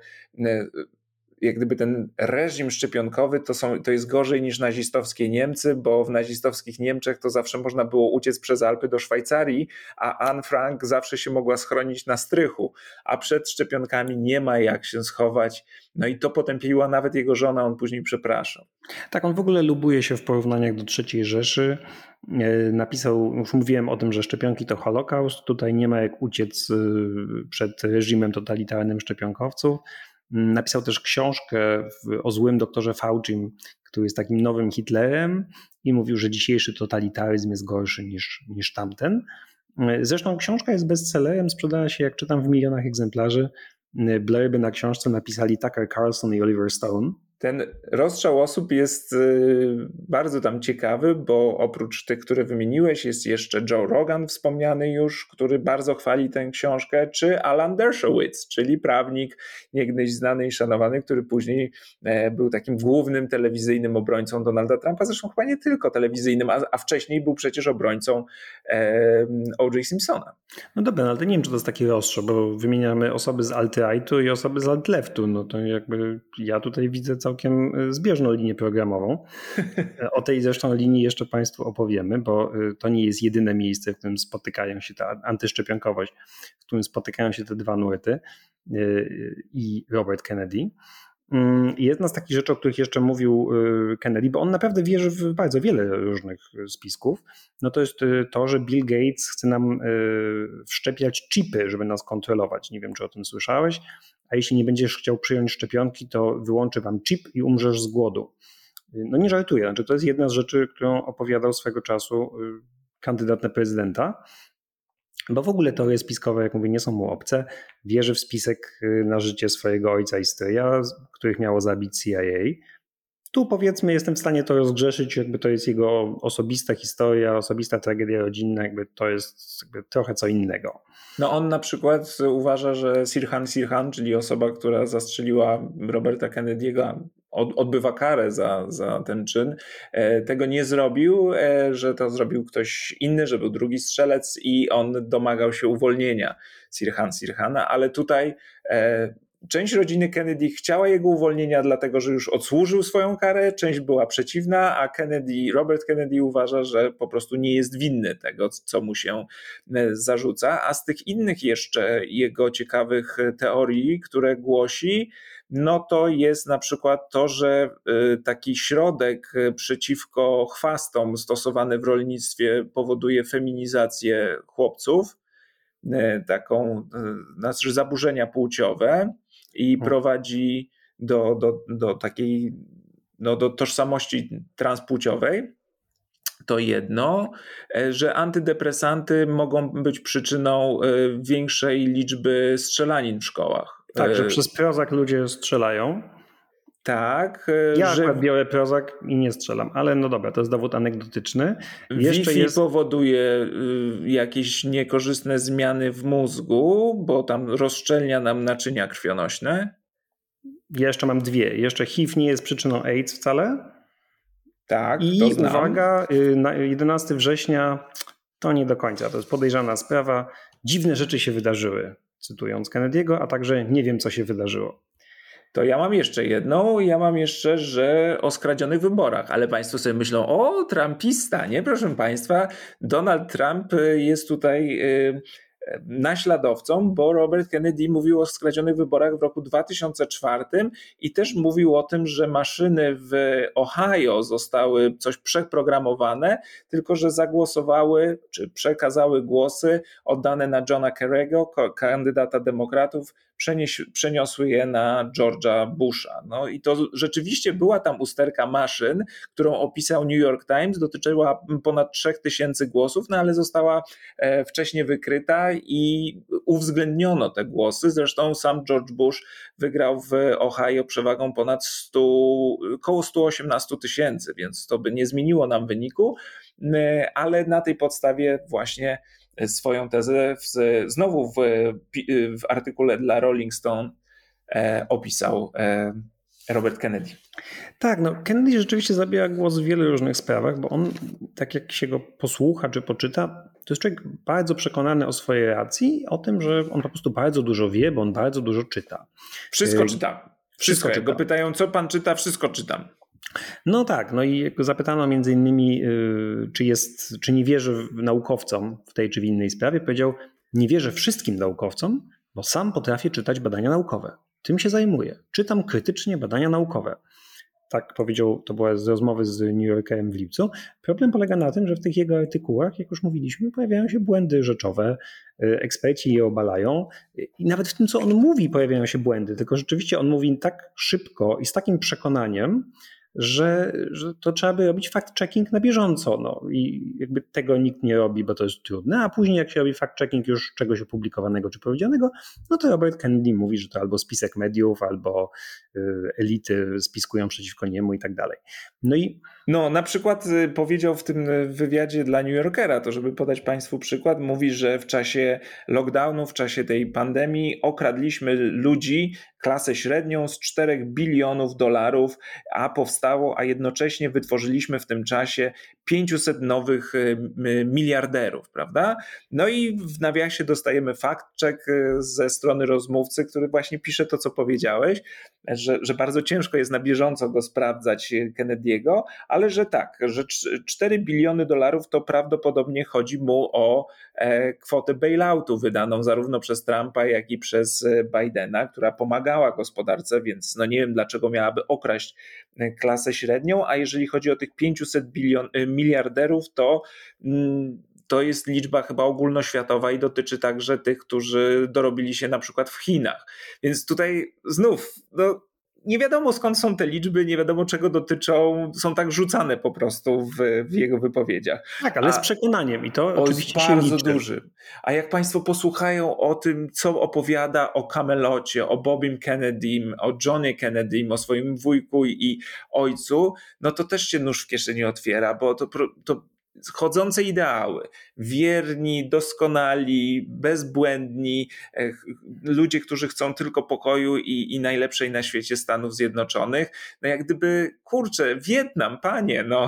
jak gdyby ten reżim szczepionkowy to jest gorzej niż nazistowskie Niemcy, bo w nazistowskich Niemczech to zawsze można było uciec przez Alpy do Szwajcarii, a Anne Frank zawsze się mogła schronić na strychu, a przed szczepionkami nie ma jak się schować. No i to potępiła nawet jego żona, on później przepraszał. Tak, on w ogóle lubuje się w porównaniach do III Rzeszy. Napisał, już mówiłem o tym, że szczepionki to Holokaust, tutaj nie ma jak uciec przed reżimem totalitarnym szczepionkowców. Napisał też książkę o złym doktorze Fauci, który jest takim nowym Hitlerem i mówił, że dzisiejszy totalitaryzm jest gorszy niż tamten. Zresztą książka jest bestsellerem, sprzedała się, jak czytam, w milionach egzemplarzy. Blurby na książce napisali Tucker Carlson i Oliver Stone. Ten rozstrzał osób jest bardzo tam ciekawy, bo oprócz tych, które wymieniłeś, jest jeszcze Joe Rogan wspomniany już, który bardzo chwali tę książkę, czy Alan Dershowitz, czyli prawnik niegdyś znany i szanowany, który później był takim głównym telewizyjnym obrońcą Donalda Trumpa, zresztą chyba nie tylko telewizyjnym, a wcześniej był przecież obrońcą O.J. Simpsona. No dobra, ale to nie wiem, czy to jest taki rozstrzał, bo wymieniamy osoby z alt-rightu i osoby z alt-leftu, no to jakby ja tutaj widzę całkiem zbieżną linię programową. O tej zresztą linii jeszcze Państwu opowiemy, bo to nie jest jedyne miejsce, w którym spotykają się ta antyszczepionkowość, w którym spotykają się te dwa nurty i Robert Kennedy. Jedna z takich rzeczy, o których jeszcze mówił Kennedy, bo on naprawdę wierzy w bardzo wiele różnych spisków, no to jest to, że Bill Gates chce nam wszczepiać chipy, żeby nas kontrolować. Nie wiem, czy o tym słyszałeś, a jeśli nie będziesz chciał przyjąć szczepionki, to wyłączy wam chip i umrzesz z głodu. No nie żartuję, znaczy to jest jedna z rzeczy, którą opowiadał swego czasu kandydat na prezydenta, bo w ogóle teorie spiskowe, jak mówię, nie są mu obce. Wierzy w spisek na życie swojego ojca i stryja, których miało zabić CIA. Tu powiedzmy jestem w stanie to rozgrzeszyć, jakby to jest jego osobista historia, osobista tragedia rodzinna, jakby to jest jakby trochę co innego. No on na przykład uważa, że Sirhan, czyli osoba, która zastrzeliła Roberta Kennedy'ego, odbywa karę za ten czyn, tego nie zrobił, że to zrobił ktoś inny, że był drugi strzelec i on domagał się uwolnienia Sirhana, ale tutaj część rodziny Kennedy chciała jego uwolnienia, dlatego że już odsłużył swoją karę, część była przeciwna, a Robert Kennedy uważa, że po prostu nie jest winny tego, co mu się zarzuca. A z tych innych jeszcze jego ciekawych teorii, które głosi, no to jest na przykład to, że taki środek przeciwko chwastom stosowany w rolnictwie powoduje feminizację chłopców, znaczy zaburzenia płciowe i prowadzi do takiej, do tożsamości transpłciowej. To jedno, że antydepresanty mogą być przyczyną większej liczby strzelanin w szkołach. Tak, że przez Prozac ludzie strzelają. Tak, Ja że akurat biorę Prozac i nie strzelam, ale no dobra, to jest dowód anegdotyczny. Wi-Fi powoduje jakieś niekorzystne zmiany w mózgu, bo tam rozszczelnia nam naczynia krwionośne. Ja jeszcze mam dwie. Jeszcze HIV nie jest przyczyną AIDS wcale. Tak, i to znam. Uwaga, na 11 września to nie do końca, to jest podejrzana sprawa. Dziwne rzeczy się wydarzyły, cytując Kennedy'ego, a także nie wiem, co się wydarzyło. To ja mam jeszcze jedną. Ja mam jeszcze, że o skradzionych wyborach, ale państwo sobie myślą, o, trumpista, nie? Proszę państwa, Donald Trump jest tutaj naśladowcą, bo Robert Kennedy mówił o skradzionych wyborach w roku 2004 i też mówił o tym, że maszyny w Ohio zostały coś przeprogramowane, tylko że zagłosowały, czy przekazały głosy oddane na Johna Kerry'ego, kandydata demokratów, przeniosły je na George'a Busha. No i to rzeczywiście była tam usterka maszyn, którą opisał New York Times, dotyczyła ponad 3000 głosów, no ale została wcześniej wykryta i uwzględniono te głosy. Zresztą sam George Bush wygrał w Ohio przewagą ponad około 118 000, więc to by nie zmieniło nam wyniku, ale na tej podstawie właśnie swoją tezę znowu w artykule dla Rolling Stone opisał Robert Kennedy. Tak, no Kennedy rzeczywiście zabiera głos w wielu różnych sprawach, bo on, tak jak się go posłucha czy poczyta, to jest człowiek bardzo przekonany o swojej racji, o tym, że on po prostu bardzo dużo wie, bo on bardzo dużo czyta. Wszystko czytam. Wszystko. Jak go pytają, co pan czyta, wszystko czytam. No tak, no i zapytano między innymi, czy nie wierzy naukowcom w tej czy w innej sprawie. Powiedział, nie wierzę wszystkim naukowcom, bo sam potrafię czytać badania naukowe. Tym się zajmuję. Czytam krytycznie badania naukowe. Tak powiedział, to była z rozmowy z New Yorkerem w lipcu. Problem polega na tym, że w tych jego artykułach, jak już mówiliśmy, pojawiają się błędy rzeczowe, eksperci je obalają i nawet w tym, co on mówi, pojawiają się błędy, tylko rzeczywiście on mówi tak szybko i z takim przekonaniem, że to trzeba by robić fact-checking na bieżąco. No. I jakby tego nikt nie robi, bo to jest trudne, a później jak się robi fact-checking już czegoś opublikowanego czy powiedzianego, no to Robert Kennedy mówi, że to albo spisek mediów, albo elity spiskują przeciwko niemu i tak dalej. No na przykład powiedział w tym wywiadzie dla New Yorkera, to żeby podać państwu przykład, mówi, że w czasie lockdownu, w czasie tej pandemii okradliśmy ludzi, klasę średnią z $4 bilionów, a jednocześnie wytworzyliśmy w tym czasie 500 nowych miliarderów, prawda? No i w nawiasie dostajemy fact-check ze strony rozmówcy, który właśnie pisze to, co powiedziałeś, że bardzo ciężko jest na bieżąco go sprawdzać Kennedy'ego, ale że tak, że $4 biliony to prawdopodobnie chodzi mu o kwotę bailoutu wydaną zarówno przez Trumpa, jak i przez Bidena, która pomagała gospodarce, więc no nie wiem, dlaczego miałaby okraść klasę średnią, a jeżeli chodzi o tych 500 miliarderów, to jest liczba chyba ogólnoświatowa i dotyczy także tych, którzy dorobili się na przykład w Chinach. Więc tutaj znów, nie wiadomo skąd są te liczby, nie wiadomo czego dotyczą, są tak rzucane po prostu w jego wypowiedziach. Tak, ale z przekonaniem i to oczywiście jest bardzo się liczy. dużym. A jak państwo posłuchają o tym, co opowiada o Camelocie, o Bobim Kennedym, o Johnie Kennedym, o swoim wujku i ojcu, no to też się nóż w kieszeni otwiera, bo to chodzące ideały, wierni, doskonali, bezbłędni, ludzie, którzy chcą tylko pokoju i najlepszej na świecie Stanów Zjednoczonych. No jak gdyby, kurczę, Wietnam, panie, no.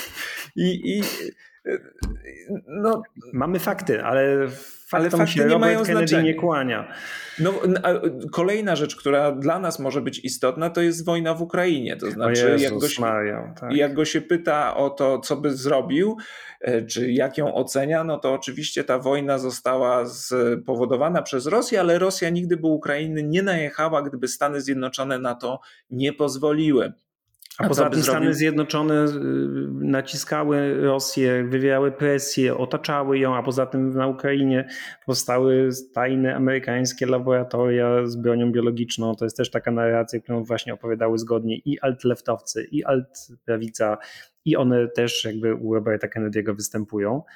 No. Mamy fakty, ale fakty się nie mają Robert Kennedy znaczenia. nie kłania. No, kolejna rzecz, która dla nas może być istotna, to jest wojna w Ukrainie. To znaczy, jak go się pyta o to, co by zrobił, czy jak ją ocenia, no to oczywiście ta wojna została spowodowana przez Rosję, ale Rosja nigdy by Ukrainy nie najechała, gdyby Stany Zjednoczone na to nie pozwoliły. A poza tym Stany Zjednoczone naciskały Rosję, wywierały presję, otaczały ją, a poza tym na Ukrainie powstały tajne amerykańskie laboratoria z bronią biologiczną. To jest też taka narracja, którą właśnie opowiadały zgodnie i alt-leftowcy, i alt-prawica, i one też jakby u Roberta Kennedy'ego występują.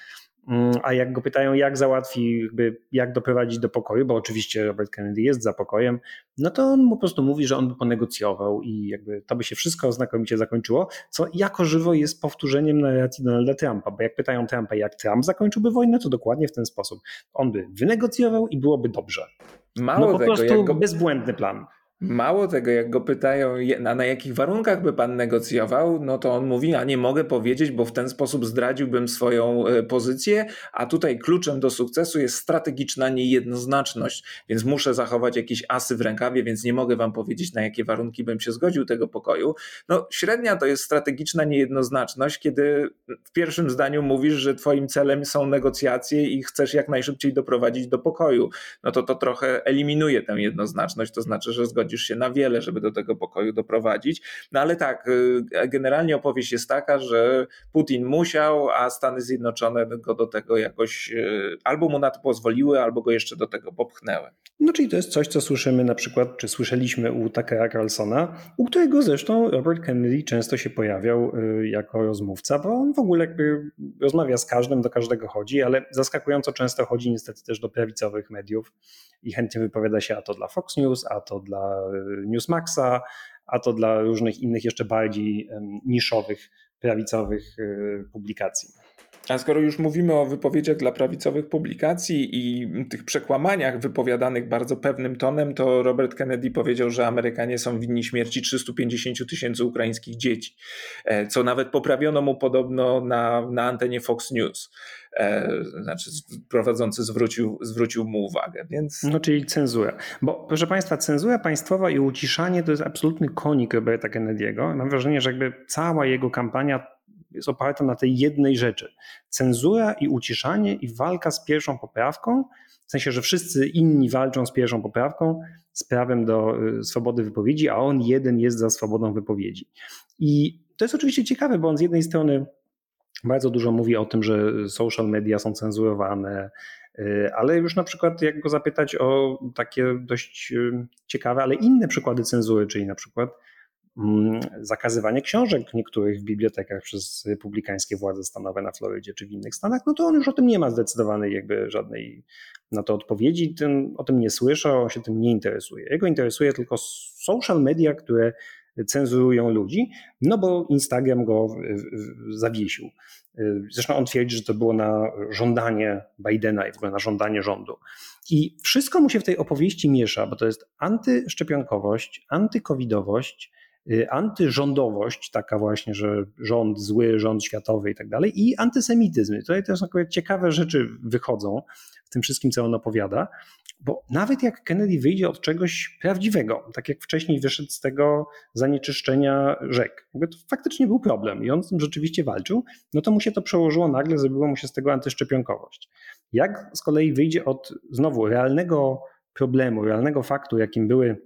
A jak go pytają, jak załatwi, jak doprowadzić do pokoju, bo oczywiście Robert Kennedy jest za pokojem, no to on po prostu mówi, że on by ponegocjował i to by się wszystko znakomicie zakończyło, co jako żywo jest powtórzeniem narracji Donalda Trumpa, bo jak pytają Trumpa, jak Trump zakończyłby wojnę, to dokładnie w ten sposób. On by wynegocjował i byłoby dobrze. Mało po tego, prostu bezbłędny plan. Mało tego, jak go pytają, na jakich warunkach by pan negocjował, no to on mówi, a nie mogę powiedzieć, bo w ten sposób zdradziłbym swoją pozycję, a tutaj kluczem do sukcesu jest strategiczna niejednoznaczność, więc muszę zachować jakieś asy w rękawie, więc nie mogę wam powiedzieć, na jakie warunki bym się zgodził tego pokoju. No średnia to jest strategiczna niejednoznaczność, kiedy w pierwszym zdaniu mówisz, że twoim celem są negocjacje i chcesz jak najszybciej doprowadzić do pokoju. No to trochę eliminuje tę jednoznaczność, to znaczy, że zgodzisz się na wiele, żeby do tego pokoju doprowadzić. No ale tak, generalnie opowieść jest taka, że Putin musiał, a Stany Zjednoczone go do tego jakoś albo mu na to pozwoliły, albo go jeszcze do tego popchnęły. No czyli to jest coś, co słyszymy na przykład, czy słyszeliśmy u Tuckera Carlsona, u którego zresztą Robert Kennedy często się pojawiał jako rozmówca, bo on w ogóle rozmawia z każdym, do każdego chodzi, ale zaskakująco często chodzi niestety też do prawicowych mediów i chętnie wypowiada się a to dla Fox News, a to dla Newsmaxa, a to dla różnych innych jeszcze bardziej niszowych, prawicowych publikacji. A skoro już mówimy o wypowiedziach dla prawicowych publikacji i tych przekłamaniach wypowiadanych bardzo pewnym tonem, to Robert Kennedy powiedział, że Amerykanie są winni śmierci 350 000 ukraińskich dzieci, co nawet poprawiono mu podobno na antenie Fox News. Znaczy prowadzący zwrócił mu uwagę. Więc... No czyli cenzura. Bo proszę Państwa, cenzura państwowa i uciszanie to jest absolutny konik Roberta Kennedy'ego. Mam wrażenie, że cała jego kampania jest oparta na tej jednej rzeczy. Cenzura i uciszanie i walka z pierwszą poprawką, w sensie, że wszyscy inni walczą z pierwszą poprawką, z prawem do swobody wypowiedzi, a on jeden jest za swobodą wypowiedzi. I to jest oczywiście ciekawe, bo on z jednej strony bardzo dużo mówi o tym, że social media są cenzurowane, ale już na przykład jak go zapytać o takie dość ciekawe, ale inne przykłady cenzury, czyli na przykład zakazywanie książek niektórych w bibliotekach przez republikańskie władze stanowe na Florydzie czy w innych stanach, no to on już o tym nie ma zdecydowanej żadnej na to odpowiedzi, o tym nie słyszy, on się tym nie interesuje. Jego interesuje tylko social media, które cenzurują ludzi, no bo Instagram go zawiesił. Zresztą on twierdzi, że to było na żądanie Bidena i w ogóle na żądanie rządu. I wszystko mu się w tej opowieści miesza, bo to jest antyszczepionkowość, antykowidowość, antyrządowość, taka właśnie, że rząd zły, rząd światowy i tak dalej, i antysemityzm. Tutaj też ciekawe rzeczy wychodzą w tym wszystkim, co on opowiada, bo nawet jak Kennedy wyjdzie od czegoś prawdziwego, tak jak wcześniej wyszedł z tego zanieczyszczenia rzek, to faktycznie był problem i on z tym rzeczywiście walczył, no to mu się to przełożyło nagle, zrobiło mu się z tego antyszczepionkowość. Jak z kolei wyjdzie od znowu realnego problemu, realnego faktu, jakim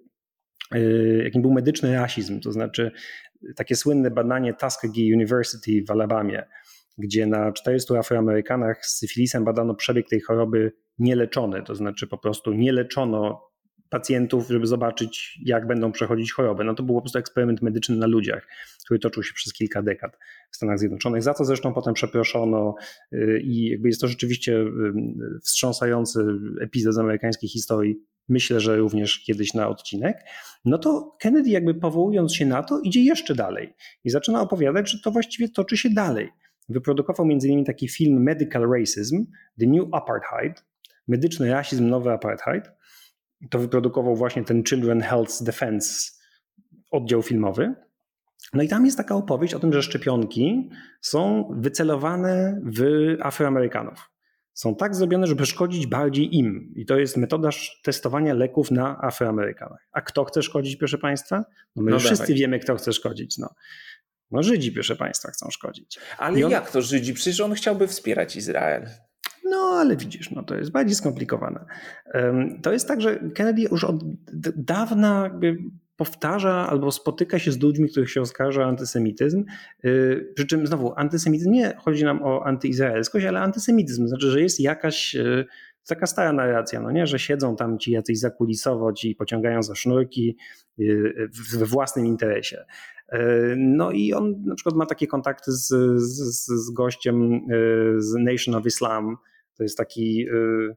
był medyczny rasizm, to znaczy takie słynne badanie Tuskegee University w Alabamie, gdzie na 400 Afroamerykanach z syfilisem badano przebieg tej choroby nieleczony, to znaczy po prostu nie leczono pacjentów, żeby zobaczyć, jak będą przechodzić chorobę. No to był po prostu eksperyment medyczny na ludziach, który toczył się przez kilka dekad w Stanach Zjednoczonych, za co zresztą potem przeproszono i jest to rzeczywiście wstrząsający epizod z amerykańskiej historii. Myślę, że również kiedyś na odcinek. No to Kennedy powołując się na to idzie jeszcze dalej i zaczyna opowiadać, że to właściwie toczy się dalej. Wyprodukował m.in. taki film Medical Racism, The New Apartheid, medyczny rasizm, nowy apartheid. To wyprodukował właśnie ten Children Health Defense oddział filmowy. No i tam jest taka opowieść o tym, że szczepionki są wycelowane w Afroamerykanów. Są tak zrobione, żeby szkodzić bardziej im. I to jest metoda testowania leków na Afroamerykanach. A kto chce szkodzić, proszę Państwa? No my wszyscy wiemy, kto chce szkodzić. No Żydzi, proszę Państwa, chcą szkodzić. Ale jak to Żydzi? Przecież on chciałby wspierać Izrael. No ale widzisz, to jest bardziej skomplikowane. To jest tak, że Kennedy już od dawna powtarza albo spotyka się z ludźmi, których się oskarża o antysemityzm. Przy czym znowu antysemityzm nie chodzi nam o antyizraelskość, ale antysemityzm. Znaczy, że jest jakaś taka stara narracja, nie? Że siedzą tam ci jacyś zakulisowo, ci pociągają za sznurki we własnym interesie. No i on na przykład ma takie kontakty z gościem z Nation of Islam. To jest taki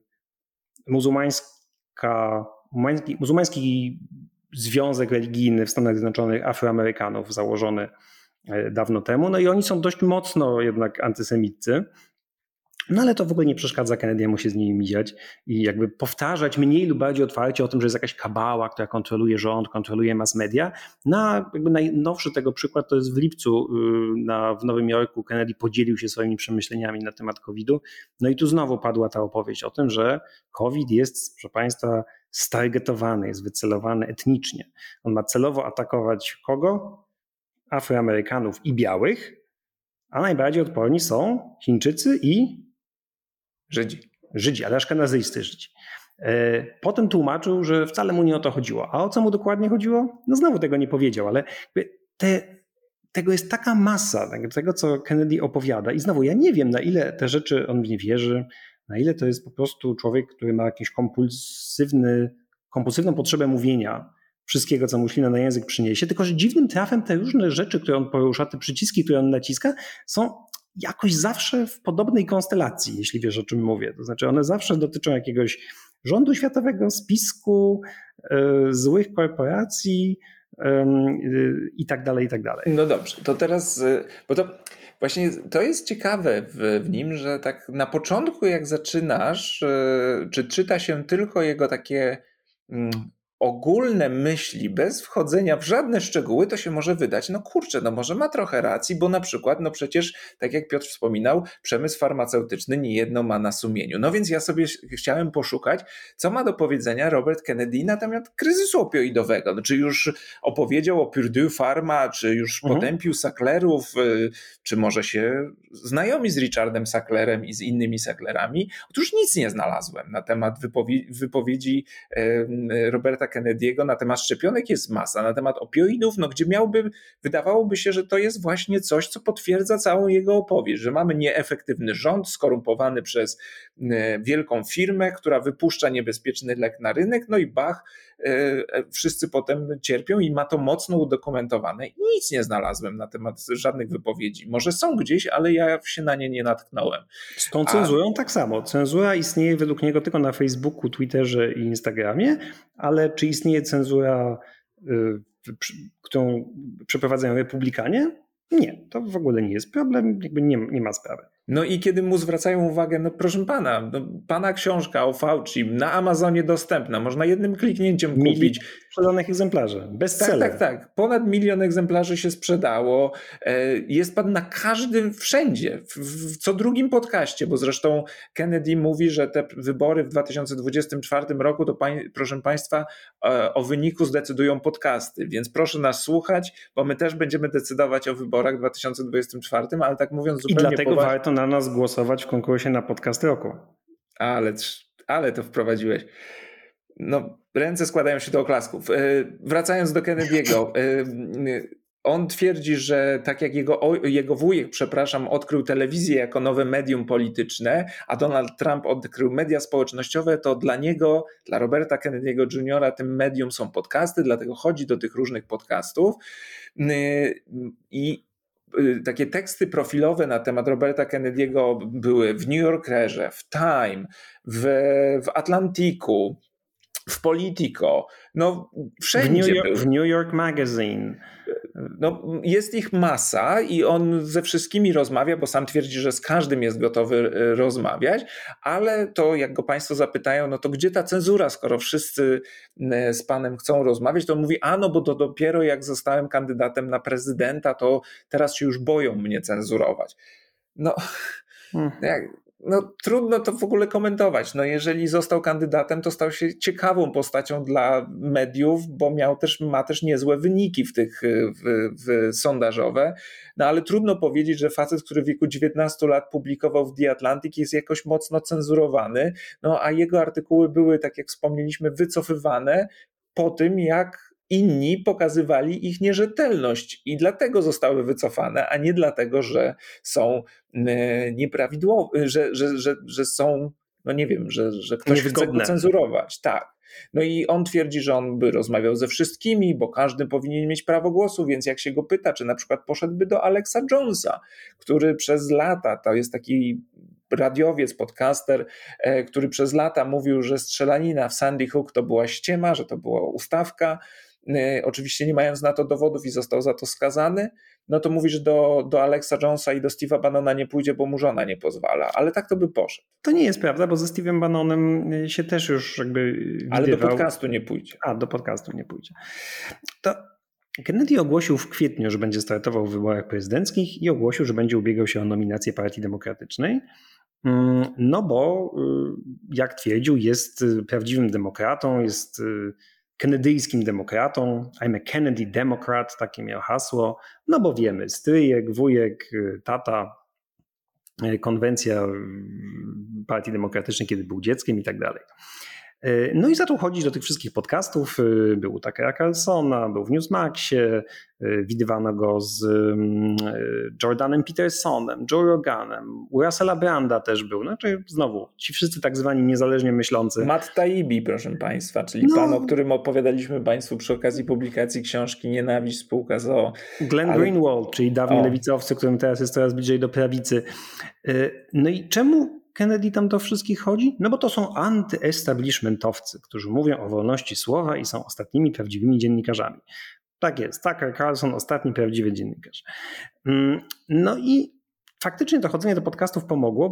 muzułmański związek religijny w Stanach Zjednoczonych Afroamerykanów założony dawno temu. No i oni są dość mocno jednak antysemiccy. No ale to w ogóle nie przeszkadza Kennedy'emu się z nimi mijać i jakby powtarzać mniej lub bardziej otwarcie o tym, że jest jakaś kabała, która kontroluje rząd, kontroluje mass media. Jakby najnowszy tego przykład to jest w lipcu w Nowym Jorku. Kennedy podzielił się swoimi przemyśleniami na temat COVID-u. No i tu znowu padła ta opowieść o tym, że COVID jest, proszę Państwa, stargetowany, jest wycelowany etnicznie. On ma celowo atakować kogo? Afroamerykanów i białych, a najbardziej odporni są Chińczycy i Żydzi, ale aszkenazyjscy Żydzi. Potem tłumaczył, że wcale mu nie o to chodziło. A o co mu dokładnie chodziło? No znowu tego nie powiedział, ale tego jest taka masa, tego co Kennedy opowiada. I znowu ja nie wiem, na ile te rzeczy on w nie wierzy, na ile to jest po prostu człowiek, który ma jakąś kompulsywną potrzebę mówienia wszystkiego, co mu ślina na język przyniesie, tylko że dziwnym trafem te różne rzeczy, które on porusza, te przyciski, które on naciska, są jakoś zawsze w podobnej konstelacji, jeśli wiesz, o czym mówię. To znaczy one zawsze dotyczą jakiegoś rządu światowego, spisku, złych korporacji i tak dalej, i tak dalej. No dobrze, to teraz, bo to właśnie to jest ciekawe w nim, że tak na początku jak zaczynasz, czy czyta się tylko jego takie ogólne myśli, bez wchodzenia w żadne szczegóły, to się może wydać, no kurczę, no może ma trochę racji, bo na przykład, no przecież, tak jak Piotr wspominał, przemysł farmaceutyczny niejedno ma na sumieniu. No więc ja sobie chciałem poszukać, co ma do powiedzenia Robert Kennedy na temat kryzysu opioidowego. No, czy już opowiedział o Purdue Pharma, czy już potępił Sacklerów, czy może się znajomi z Richardem Sacklerem i z innymi Sacklerami. Otóż nic nie znalazłem na temat wypowiedzi Roberta Kennedy'ego, na temat szczepionek jest masa, na temat opioidów, no gdzie wydawałoby się, że to jest właśnie coś, co potwierdza całą jego opowieść, że mamy nieefektywny rząd skorumpowany przez wielką firmę, która wypuszcza niebezpieczny lek na rynek, no i bach, wszyscy potem cierpią i ma to mocno udokumentowane. I nic nie znalazłem na temat żadnych wypowiedzi. Może są gdzieś, ale ja się na nie nie natknąłem. Z tą cenzurą tak samo. Cenzura istnieje według niego tylko na Facebooku, Twitterze i Instagramie, ale czy istnieje cenzura, którą przeprowadzają republikanie? Nie, to w ogóle nie jest problem, jakby nie ma sprawy. No i kiedy mu zwracają uwagę, no proszę pana, pana książka o Fauci na Amazonie dostępna, można jednym kliknięciem kupić. Sprzedanych egzemplarzy, bestseller. Tak. Ponad 1 000 000 egzemplarzy się sprzedało. Jest pan na każdym, wszędzie, w co drugim podcaście, bo zresztą Kennedy mówi, że te wybory w 2024 roku to, proszę państwa, o wyniku zdecydują podcasty, więc proszę nas słuchać, bo my też będziemy decydować o wyborach w 2024, ale tak mówiąc zupełnie i dlatego warto na nas głosować w konkursie na podcast roku. Ale to wprowadziłeś. No, ręce składają się do oklasków. Wracając do Kennedy'ego. On twierdzi, że tak jak jego wujek, odkrył telewizję jako nowe medium polityczne, a Donald Trump odkrył media społecznościowe, to dla niego, dla Roberta Kennedy'ego Jr. tym medium są podcasty, dlatego chodzi do tych różnych podcastów. I takie teksty profilowe na temat Roberta Kennedy'ego były w New Yorkerze, w Time, w Atlantiku, w Politico, no wszędzie w New York Magazine. No, jest ich masa i on ze wszystkimi rozmawia, bo sam twierdzi, że z każdym jest gotowy rozmawiać, ale to jak go państwo zapytają, no to gdzie ta cenzura, skoro wszyscy z panem chcą rozmawiać, to on mówi, no bo to dopiero jak zostałem kandydatem na prezydenta, to teraz się już boją mnie cenzurować. No trudno to w ogóle komentować. No jeżeli został kandydatem, to stał się ciekawą postacią dla mediów, bo ma też niezłe wyniki w sondażowe. No ale trudno powiedzieć, że facet, który w wieku 19 lat publikował w The Atlantic, jest jakoś mocno cenzurowany, no a jego artykuły były, tak jak wspomnieliśmy, wycofywane po tym, jak inni pokazywali ich nierzetelność i dlatego zostały wycofane, a nie dlatego, że są nieprawidłowe, że są, no nie wiem, że ktoś chce go cenzurować. Tak. No i on twierdzi, że on by rozmawiał ze wszystkimi, bo każdy powinien mieć prawo głosu, więc jak się go pyta, czy na przykład poszedłby do Alexa Jonesa, który przez lata, to jest taki radiowiec, podcaster, który przez lata mówił, że strzelanina w Sandy Hook to była ściema, że to była ustawka, oczywiście nie mając na to dowodów i został za to skazany, no to mówi, że do Alexa Jonesa i do Steve'a Bannona nie pójdzie, bo mu żona nie pozwala, ale tak to by poszedł. To nie jest prawda, bo ze Steve'em Bannonem się też już jakby widywał. Ale do podcastu nie pójdzie. Do podcastu nie pójdzie. To Kennedy ogłosił w kwietniu, że będzie startował w wyborach prezydenckich i ogłosił, że będzie ubiegał się o nominację Partii Demokratycznej. No bo, jak twierdził, jest prawdziwym demokratą, jest kennedyjskim demokratą. I'm a Kennedy Democrat, takie miał hasło. No bo wiemy, stryjek, wujek, tata, konwencja Partii Demokratycznej, kiedy był dzieckiem i tak dalej. No i zaczął chodzić do tych wszystkich podcastów. Był u Tuckera Carlsona, był w Newsmaxie, widywano go z Jordanem Petersonem, Joe Roganem, u Russella Branda też był. Znaczy znowu, ci wszyscy tak zwani niezależnie myślący. Matt Taibbi, proszę Państwa, czyli pan, o którym opowiadaliśmy Państwu przy okazji publikacji książki Nienawiść, spółka z o.o. Glenn Greenwald, czyli dawni lewicowcy, którym teraz jest coraz bliżej do prawicy. No i czemu Kennedy tam do wszystkich chodzi? No bo to są antyestablishmentowcy, którzy mówią o wolności słowa i są ostatnimi prawdziwymi dziennikarzami. Tak jest, Tucker Carlson, ostatni prawdziwy dziennikarz. No i faktycznie to chodzenie do podcastów pomogło,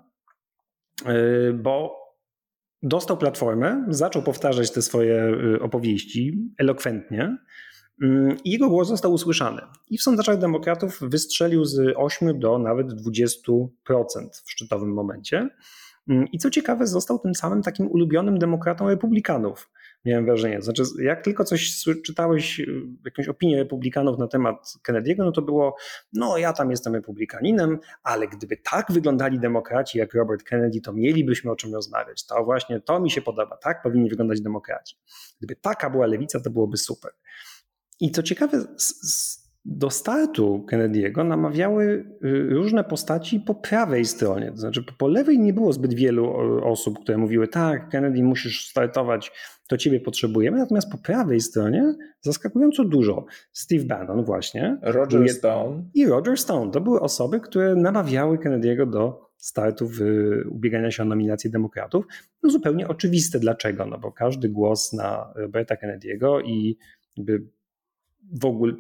bo dostał platformę, zaczął powtarzać te swoje opowieści elokwentnie i jego głos został usłyszany. I w sondażach demokratów wystrzelił z 8 do nawet 20% w szczytowym momencie. I co ciekawe, został tym samym takim ulubionym demokratą republikanów. Miałem wrażenie. Znaczy, jak tylko coś czytałeś, jakąś opinię republikanów na temat Kennedy'ego, no to było, no ja tam jestem republikaninem, ale gdyby tak wyglądali demokraci jak Robert Kennedy, to mielibyśmy o czym rozmawiać. To właśnie, to mi się podoba. Tak powinni wyglądać demokraci. Gdyby taka była lewica, to byłoby super. I co ciekawe, do startu Kennedy'ego namawiały różne postaci po prawej stronie. To znaczy po lewej nie było zbyt wielu osób, które mówiły, tak, Kennedy, musisz startować, to ciebie potrzebujemy. Natomiast po prawej stronie zaskakująco dużo. Steve Bannon właśnie. Roger Stone. I Roger Stone. To były osoby, które namawiały Kennedy'ego do startu w ubiegania się o nominację demokratów. No zupełnie oczywiste dlaczego, no bo każdy głos na Roberta Kennedy'ego i jakby w ogóle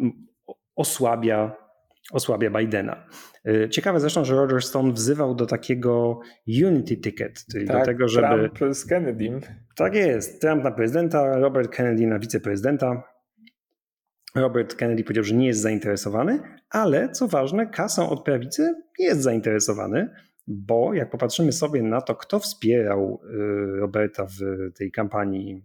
osłabia Bidena. Ciekawe zresztą, że Roger Stone wzywał do takiego unity ticket, czyli tak, do tego, żeby... Trump z Kennedym. Tak jest, Trump na prezydenta, Robert Kennedy na wiceprezydenta. Robert Kennedy powiedział, że nie jest zainteresowany, ale co ważne, kasą od prawicy jest zainteresowany, bo jak popatrzymy sobie na to, kto wspierał Roberta w tej kampanii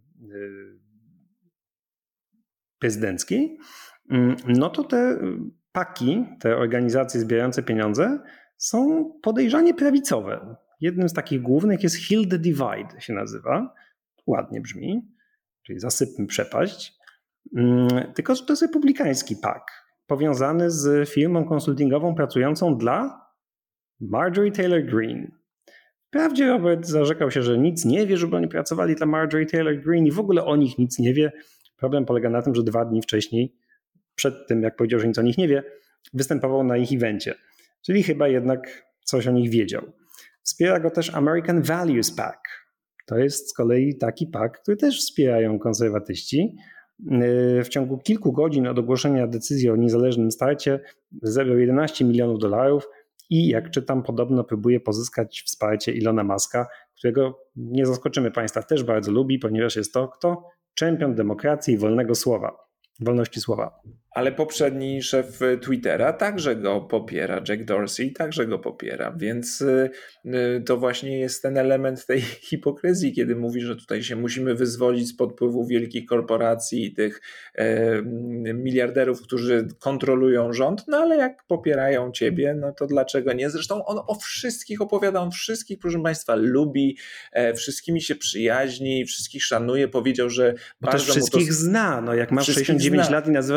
prezydenckiej, no to te PAC-i, te organizacje zbierające pieniądze są podejrzanie prawicowe. Jednym z takich głównych jest Heal the Divide, się nazywa. Ładnie brzmi, czyli zasypmy przepaść. Tylko, że to jest republikański PAC, powiązany z firmą konsultingową pracującą dla Marjorie Taylor Greene. Wprawdzie Robert zarzekał się, że nic nie wie, żeby oni pracowali dla Marjorie Taylor Greene i w ogóle o nich nic nie wie. Problem polega na tym, że 2 dni wcześniej, przed tym jak powiedział, że nic o nich nie wie, występował na ich evencie. Czyli chyba jednak coś o nich wiedział. Wspiera go też American Values PAC. To jest z kolei taki PAC, który też wspierają konserwatyści. W ciągu kilku godzin od ogłoszenia decyzji o niezależnym starcie zebrał $11 milionów i jak czytam, podobno próbuje pozyskać wsparcie Ilona Muska, którego nie zaskoczymy Państwa, też bardzo lubi, ponieważ jest to kto? Czempion demokracji i wolności słowa. Ale poprzedni szef Twittera także go popiera, Jack Dorsey także go popiera, więc to właśnie jest ten element tej hipokryzji, kiedy mówi, że tutaj się musimy wyzwolić spod wpływu wielkich korporacji i tych miliarderów, którzy kontrolują rząd, no ale jak popierają ciebie, no to dlaczego nie? Zresztą on o wszystkich opowiada, on wszystkich, proszę Państwa, lubi, wszystkimi się przyjaźni, wszystkich szanuje, powiedział, że bo też wszystkich zna, no jak masz 69 lat i nazywasz się Kennedy,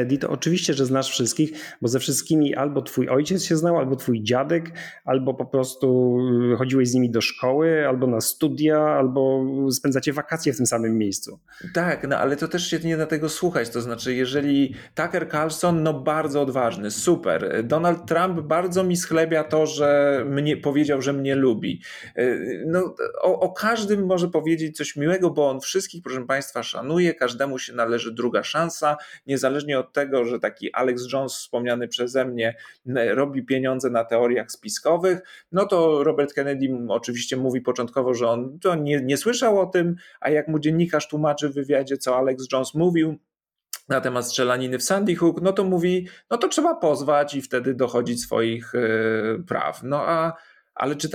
Kennedy, to oczywiście, że znasz wszystkich, bo ze wszystkimi albo twój ojciec się znał, albo twój dziadek, albo po prostu chodziłeś z nimi do szkoły, albo na studia, albo spędzacie wakacje w tym samym miejscu. Tak, no ale to też się nie da tego słuchać, to znaczy jeżeli Tucker Carlson, no bardzo odważny, super, Donald Trump bardzo mi schlebia to, że mnie powiedział, że mnie lubi. No o każdym może powiedzieć coś miłego, bo on wszystkich, proszę Państwa, szanuje, każdemu się należy druga szansa, niezależnie od tego, że taki Alex Jones wspomniany przeze mnie robi pieniądze na teoriach spiskowych, no to Robert Kennedy oczywiście mówi początkowo, że on to nie słyszał o tym, a jak mu dziennikarz tłumaczy w wywiadzie, co Alex Jones mówił na temat strzelaniny w Sandy Hook, no to mówi, no to trzeba pozwać i wtedy dochodzić swoich praw. Ale czy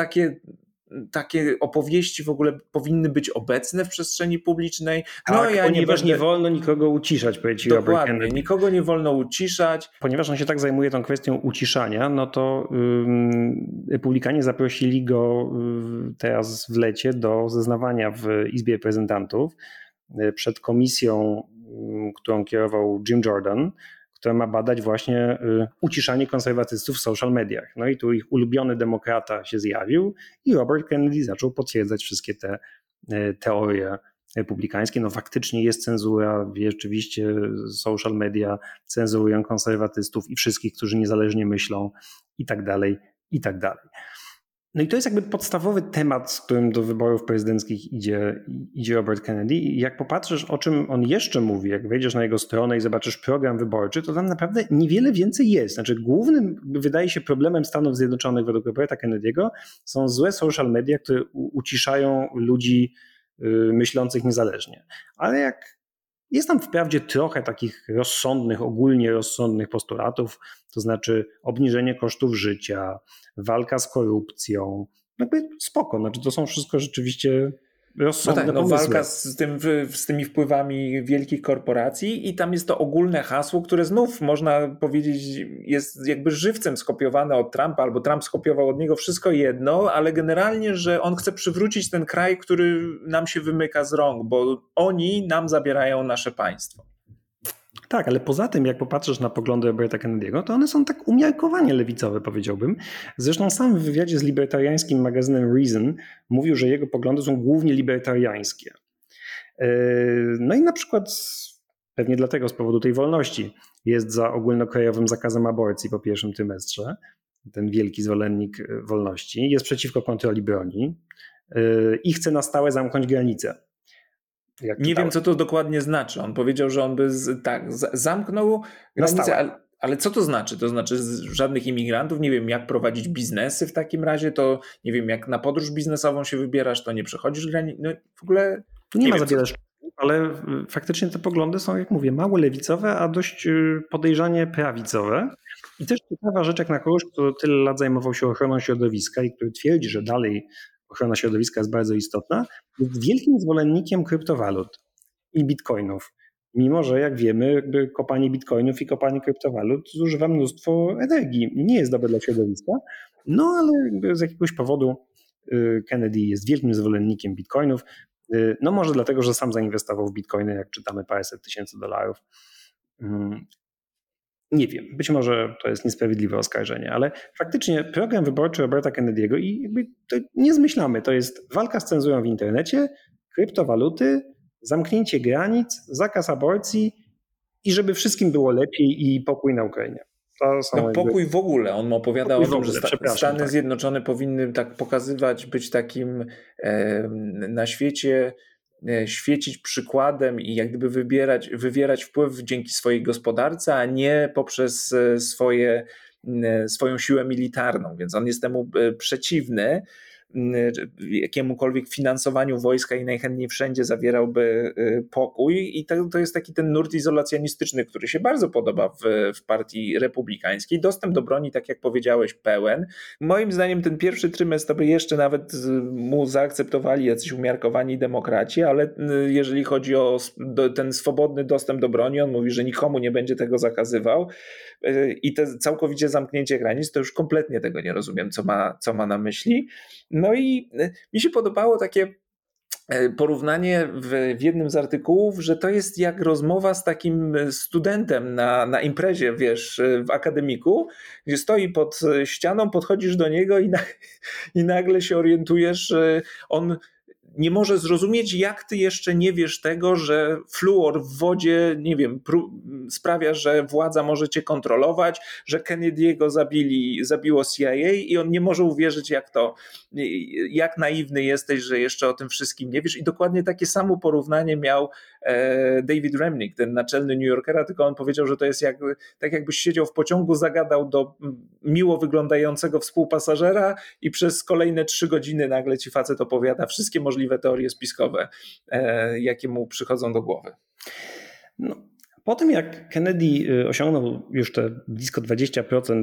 takie opowieści w ogóle powinny być obecne w przestrzeni publicznej? No tak, ja ponieważ nie wolno nikogo uciszać, powiedział Robert Kennedy. Dokładnie, nikogo nie wolno uciszać. Ponieważ on się tak zajmuje tą kwestią uciszania, no to republikanie zaprosili go teraz w lecie do zeznawania w Izbie Reprezentantów przed komisją, którą kierował Jim Jordan, która ma badać właśnie uciszanie konserwatystów w social mediach. No i tu ich ulubiony demokrata się zjawił i Robert Kennedy zaczął potwierdzać wszystkie te teorie republikańskie. No faktycznie jest cenzura, rzeczywiście social media cenzurują konserwatystów i wszystkich, którzy niezależnie myślą i tak dalej, i tak dalej. No i to jest jakby podstawowy temat, z którym do wyborów prezydenckich idzie Robert Kennedy. I jak popatrzysz, o czym on jeszcze mówi, jak wejdziesz na jego stronę i zobaczysz program wyborczy, to tam naprawdę niewiele więcej jest. Znaczy głównym, wydaje się, problemem Stanów Zjednoczonych według Roberta Kennedy'ego są złe social media, które uciszają ludzi myślących niezależnie. Ale jak jest tam wprawdzie trochę takich rozsądnych, ogólnie rozsądnych postulatów, to znaczy obniżenie kosztów życia, walka z korupcją, jakby spoko, znaczy to są wszystko rzeczywiście rozsądne pomysły. Walka z tymi wpływami wielkich korporacji i tam jest to ogólne hasło, które znów można powiedzieć jest jakby żywcem skopiowane od Trumpa, albo Trump skopiował od niego, wszystko jedno, ale generalnie, że on chce przywrócić ten kraj, który nam się wymyka z rąk, bo oni nam zabierają nasze państwo. Tak, ale poza tym, jak popatrzysz na poglądy Roberta Kennedy'ego, to one są tak umiarkowanie lewicowe, powiedziałbym. Zresztą sam w wywiadzie z libertariańskim magazynem Reason mówił, że jego poglądy są głównie libertariańskie. No i na przykład, pewnie dlatego z powodu tej wolności, jest za ogólnokrajowym zakazem aborcji po pierwszym trymestrze, ten wielki zwolennik wolności, jest przeciwko kontroli broni i chce na stałe zamknąć granice. Nie wiem, co to dokładnie znaczy. On powiedział, że on by zamknął granicę, ale co to znaczy? To znaczy żadnych imigrantów, nie wiem jak prowadzić biznesy w takim razie, to nie wiem jak na podróż biznesową się wybierasz, to nie przechodzisz granicy, no w ogóle... Tu nie ma za wiele, ale faktycznie te poglądy są, jak mówię, mało lewicowe, a dość podejrzanie prawicowe. I też ciekawa rzecz, jak na kogoś, kto tyle lat zajmował się ochroną środowiska i który twierdzi, że dalej ochrona środowiska jest bardzo istotna, jest wielkim zwolennikiem kryptowalut i bitcoinów. Mimo że, jak wiemy, jakby kopanie bitcoinów i kopanie kryptowalut zużywa mnóstwo energii. Nie jest dobre dla środowiska, no ale z jakiegoś powodu Kennedy jest wielkim zwolennikiem bitcoinów. No może dlatego, że sam zainwestował w bitcoiny, jak czytamy, paręset tysięcy dolarów. Nie wiem, być może to jest niesprawiedliwe oskarżenie, ale faktycznie program wyborczy Roberta Kennedy'ego i jakby to nie zmyślamy, to jest walka z cenzurą w internecie, kryptowaluty, zamknięcie granic, zakaz aborcji i żeby wszystkim było lepiej i pokój na Ukrainie. Pokój w ogóle. On opowiada o tym, że Stany Zjednoczone powinny tak pokazywać, być takim na świecie, świecić przykładem i jak gdyby wywierać wpływ dzięki swojej gospodarce, a nie poprzez swoją siłę militarną. Więc on jest temu przeciwny. Jakiemukolwiek finansowaniu wojska i najchętniej wszędzie zawierałby pokój i to jest taki ten nurt izolacjonistyczny, który się bardzo podoba w partii republikańskiej. Dostęp do broni, tak jak powiedziałeś, pełen. Moim zdaniem ten pierwszy trymestr to by jeszcze nawet mu zaakceptowali jacyś umiarkowani demokraci, ale jeżeli chodzi o ten swobodny dostęp do broni, on mówi, że nikomu nie będzie tego zakazywał i te całkowicie zamknięcie granic, to już kompletnie tego nie rozumiem, co ma na myśli. No i mi się podobało takie porównanie w jednym z artykułów, że to jest jak rozmowa z takim studentem na imprezie, wiesz, w akademiku, gdzie stoi pod ścianą, podchodzisz do niego i nagle się orientujesz, że on nie może zrozumieć, jak ty jeszcze nie wiesz tego, że fluor w wodzie, nie wiem, sprawia, że władza może cię kontrolować, że Kennedy'ego zabiło CIA i on nie może uwierzyć, jak naiwny jesteś, że jeszcze o tym wszystkim nie wiesz. I dokładnie takie samo porównanie miał David Remnick, ten naczelny New Yorkera, tylko on powiedział, że to jest tak jakbyś siedział w pociągu, zagadał do miło wyglądającego współpasażera i przez kolejne 3 godziny nagle ci facet opowiada wszystkie możliwe teorie spiskowe, jakie mu przychodzą do głowy. No, po tym jak Kennedy osiągnął już te blisko 20%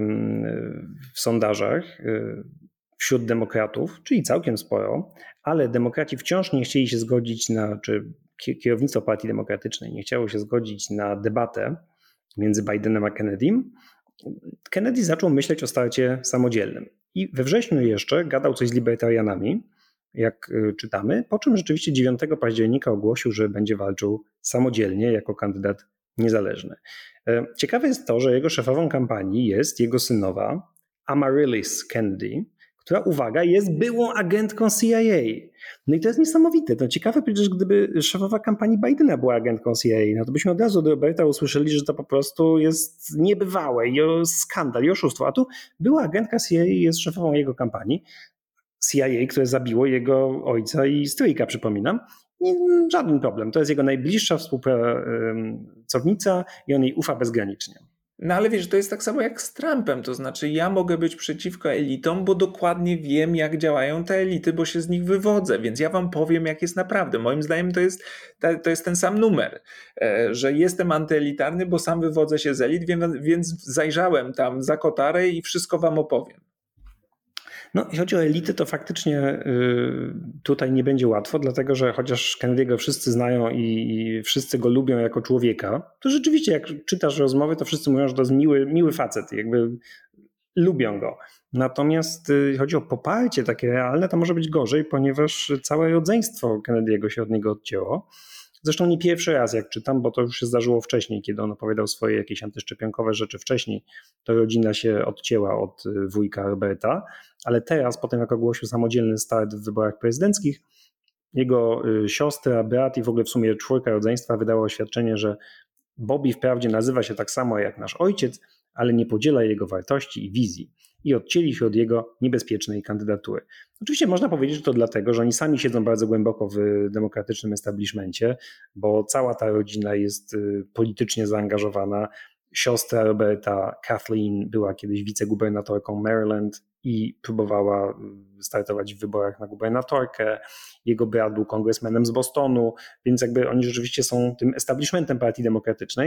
w sondażach wśród demokratów, czyli całkiem sporo, ale demokraci wciąż nie chcieli się zgodzić czy kierownictwo Partii Demokratycznej nie chciało się zgodzić na debatę między Bidenem a Kennedym, Kennedy zaczął myśleć o starcie samodzielnym. I we wrześniu jeszcze gadał coś z libertarianami, jak czytamy, po czym rzeczywiście 9 października ogłosił, że będzie walczył samodzielnie jako kandydat niezależny. Ciekawe jest to, że jego szefową kampanii jest jego synowa Amaryllis Kennedy, która, uwaga, jest byłą agentką CIA. No i to jest niesamowite. To ciekawe przecież, gdyby szefowa kampanii Bidena była agentką CIA, no to byśmy od razu od Roberta usłyszeli, że to po prostu jest niebywałe i skandal i oszustwo. A tu była agentka CIA i jest szefową jego kampanii. CIA, które zabiło jego ojca i stryjka, przypominam. Żaden problem. To jest jego najbliższa współpracownica i on jej ufa bezgranicznie. No ale wiesz, to jest tak samo jak z Trumpem, to znaczy ja mogę być przeciwko elitom, bo dokładnie wiem, jak działają te elity, bo się z nich wywodzę, więc ja wam powiem, jak jest naprawdę. Moim zdaniem to jest ten sam numer, że jestem antyelitarny, bo sam wywodzę się z elit, więc zajrzałem tam za kotarę i wszystko wam opowiem. No, jeśli chodzi o elity, to faktycznie tutaj nie będzie łatwo, dlatego że chociaż Kennedy'ego wszyscy znają i wszyscy go lubią jako człowieka, to rzeczywiście jak czytasz rozmowy, to wszyscy mówią, że to jest miły facet, jakby lubią go. Natomiast jeśli chodzi o poparcie takie realne, to może być gorzej, ponieważ całe rodzeństwo Kennedy'ego się od niego odcięło. Zresztą nie pierwszy raz, jak czytam, bo to już się zdarzyło wcześniej, kiedy on opowiadał swoje jakieś antyszczepionkowe rzeczy wcześniej, to rodzina się odcięła od wujka Roberta, ale teraz, potem jak ogłosił samodzielny start w wyborach prezydenckich, jego siostra, brat i w ogóle w sumie 4 rodzeństwa wydało oświadczenie, że Bobby wprawdzie nazywa się tak samo jak nasz ojciec, ale nie podziela jego wartości i wizji i odcięli się od jego niebezpiecznej kandydatury. Oczywiście można powiedzieć, że to dlatego, że oni sami siedzą bardzo głęboko w demokratycznym establishmencie, bo cała ta rodzina jest politycznie zaangażowana. Siostra Roberta, Kathleen, była kiedyś wicegubernatorką Maryland i próbowała startować w wyborach na gubernatorkę. Jego brat był kongresmenem z Bostonu, więc jakby oni rzeczywiście są tym establishmentem Partii Demokratycznej.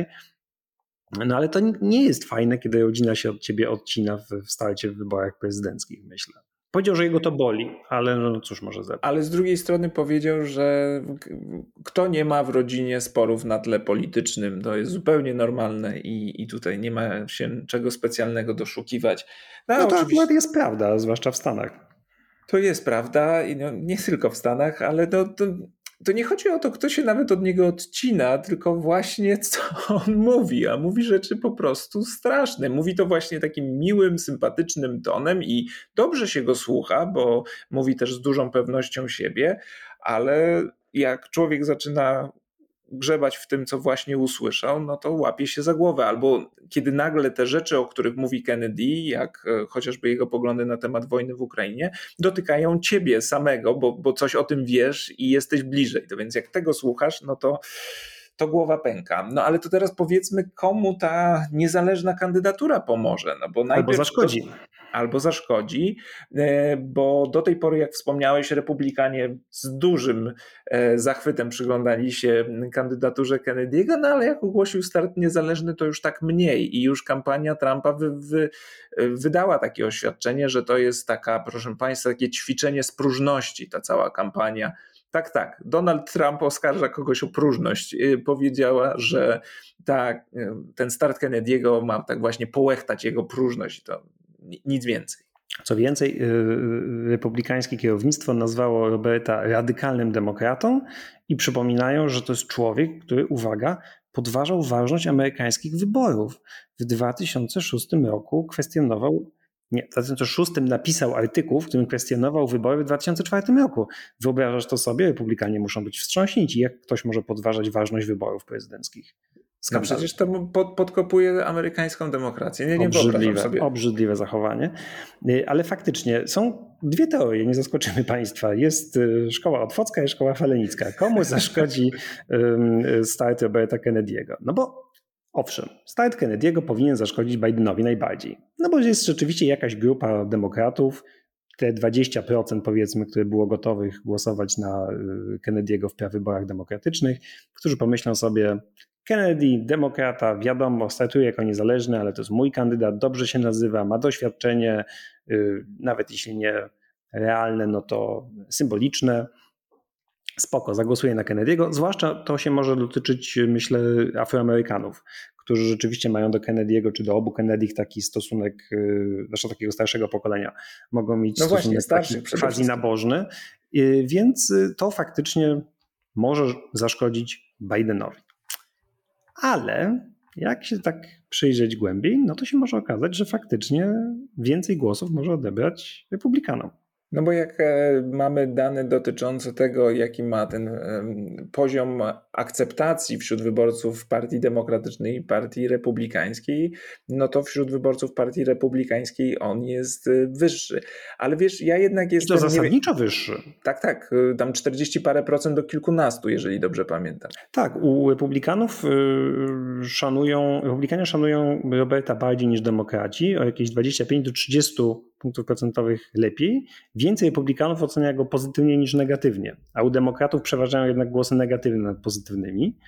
No ale to nie jest fajne, kiedy rodzina się od ciebie odcina w starcie w wyborach prezydenckich, myślę. Powiedział, że jego to boli, ale no cóż może zrobić. Ale z drugiej strony powiedział, że kto nie ma w rodzinie sporów na tle politycznym, to jest zupełnie normalne i tutaj nie ma się czego specjalnego doszukiwać. No to akurat jest prawda, zwłaszcza w Stanach. To jest prawda i no, nie tylko w Stanach, ale to nie chodzi o to, kto się nawet od niego odcina, tylko właśnie co on mówi, a mówi rzeczy po prostu straszne. Mówi to właśnie takim miłym, sympatycznym tonem i dobrze się go słucha, bo mówi też z dużą pewnością siebie, ale jak człowiek zaczyna grzebać w tym, co właśnie usłyszał, no to łapie się za głowę. Albo kiedy nagle te rzeczy, o których mówi Kennedy, jak chociażby jego poglądy na temat wojny w Ukrainie, dotykają ciebie samego, bo coś o tym wiesz i jesteś bliżej. To więc jak tego słuchasz, no to głowa pęka. No ale to teraz powiedzmy, komu ta niezależna kandydatura pomoże. No bo albo zaszkodzi. Albo zaszkodzi, bo do tej pory, jak wspomniałeś, republikanie z dużym zachwytem przyglądali się kandydaturze Kennedy'ego, no ale jak ogłosił start niezależny, to już tak mniej i już kampania Trumpa wydała takie oświadczenie, że to jest taka, proszę państwa, takie ćwiczenie z próżności, ta cała kampania. Tak. Donald Trump oskarża kogoś o próżność. Powiedziała, że ten start Kennedy'ego ma tak właśnie połechtać jego próżność. To nic więcej. Co więcej, republikańskie kierownictwo nazwało Roberta radykalnym demokratą i przypominają, że to jest człowiek, który, uwaga, podważał ważność amerykańskich wyborów. W 2006 roku w 2006 napisał artykuł, w którym kwestionował wybory w 2004 roku. Wyobrażasz to sobie? Republikanie muszą być wstrząśnięci. Jak ktoś może podważać ważność wyborów prezydenckich? No przecież to podkopuje amerykańską demokrację. Nie wyobrażam sobie. Obrzydliwe zachowanie. Ale faktycznie są dwie teorie, nie zaskoczymy Państwa. Jest szkoła otwocka i szkoła falenicka. Komu zaszkodzi start Roberta Kennedy'ego? No bo owszem, start Kennedy'ego powinien zaszkodzić Bidenowi najbardziej. No bo jest rzeczywiście jakaś grupa demokratów, te 20% powiedzmy, które było gotowych głosować na Kennedy'ego w prawyborach demokratycznych, którzy pomyślą sobie, Kennedy, demokrata, wiadomo, startuje jako niezależny, ale to jest mój kandydat, dobrze się nazywa, ma doświadczenie, nawet jeśli nie realne, no to symboliczne. Spoko, zagłosuję na Kennedy'ego, zwłaszcza to się może dotyczyć, myślę, Afroamerykanów, którzy rzeczywiście mają do Kennedy'ego czy do obu Kennedy'ch taki stosunek, zwłaszcza takiego starszego pokolenia, mogą mieć stosunek taki quasi nabożny, więc to faktycznie może zaszkodzić Bidenowi. Ale jak się tak przyjrzeć głębiej, no to się może okazać, że faktycznie więcej głosów może odebrać republikanom. No bo jak mamy dane dotyczące tego, jaki ma ten poziom akceptacji wśród wyborców Partii Demokratycznej i Partii Republikańskiej, no to wśród wyborców Partii Republikańskiej on jest wyższy. Ale wiesz, ja jednak jestem... I to zasadniczo wyższy. Tak, tam 40 parę procent do kilkunastu, jeżeli dobrze pamiętam. Tak, u republikanów Republikanie szanują Roberta bardziej niż demokraci, o jakieś 25 do 30 punktów procentowych lepiej. Więcej republikanów ocenia go pozytywnie niż negatywnie, a u demokratów przeważają jednak głosy negatywne nad pozytywnymi,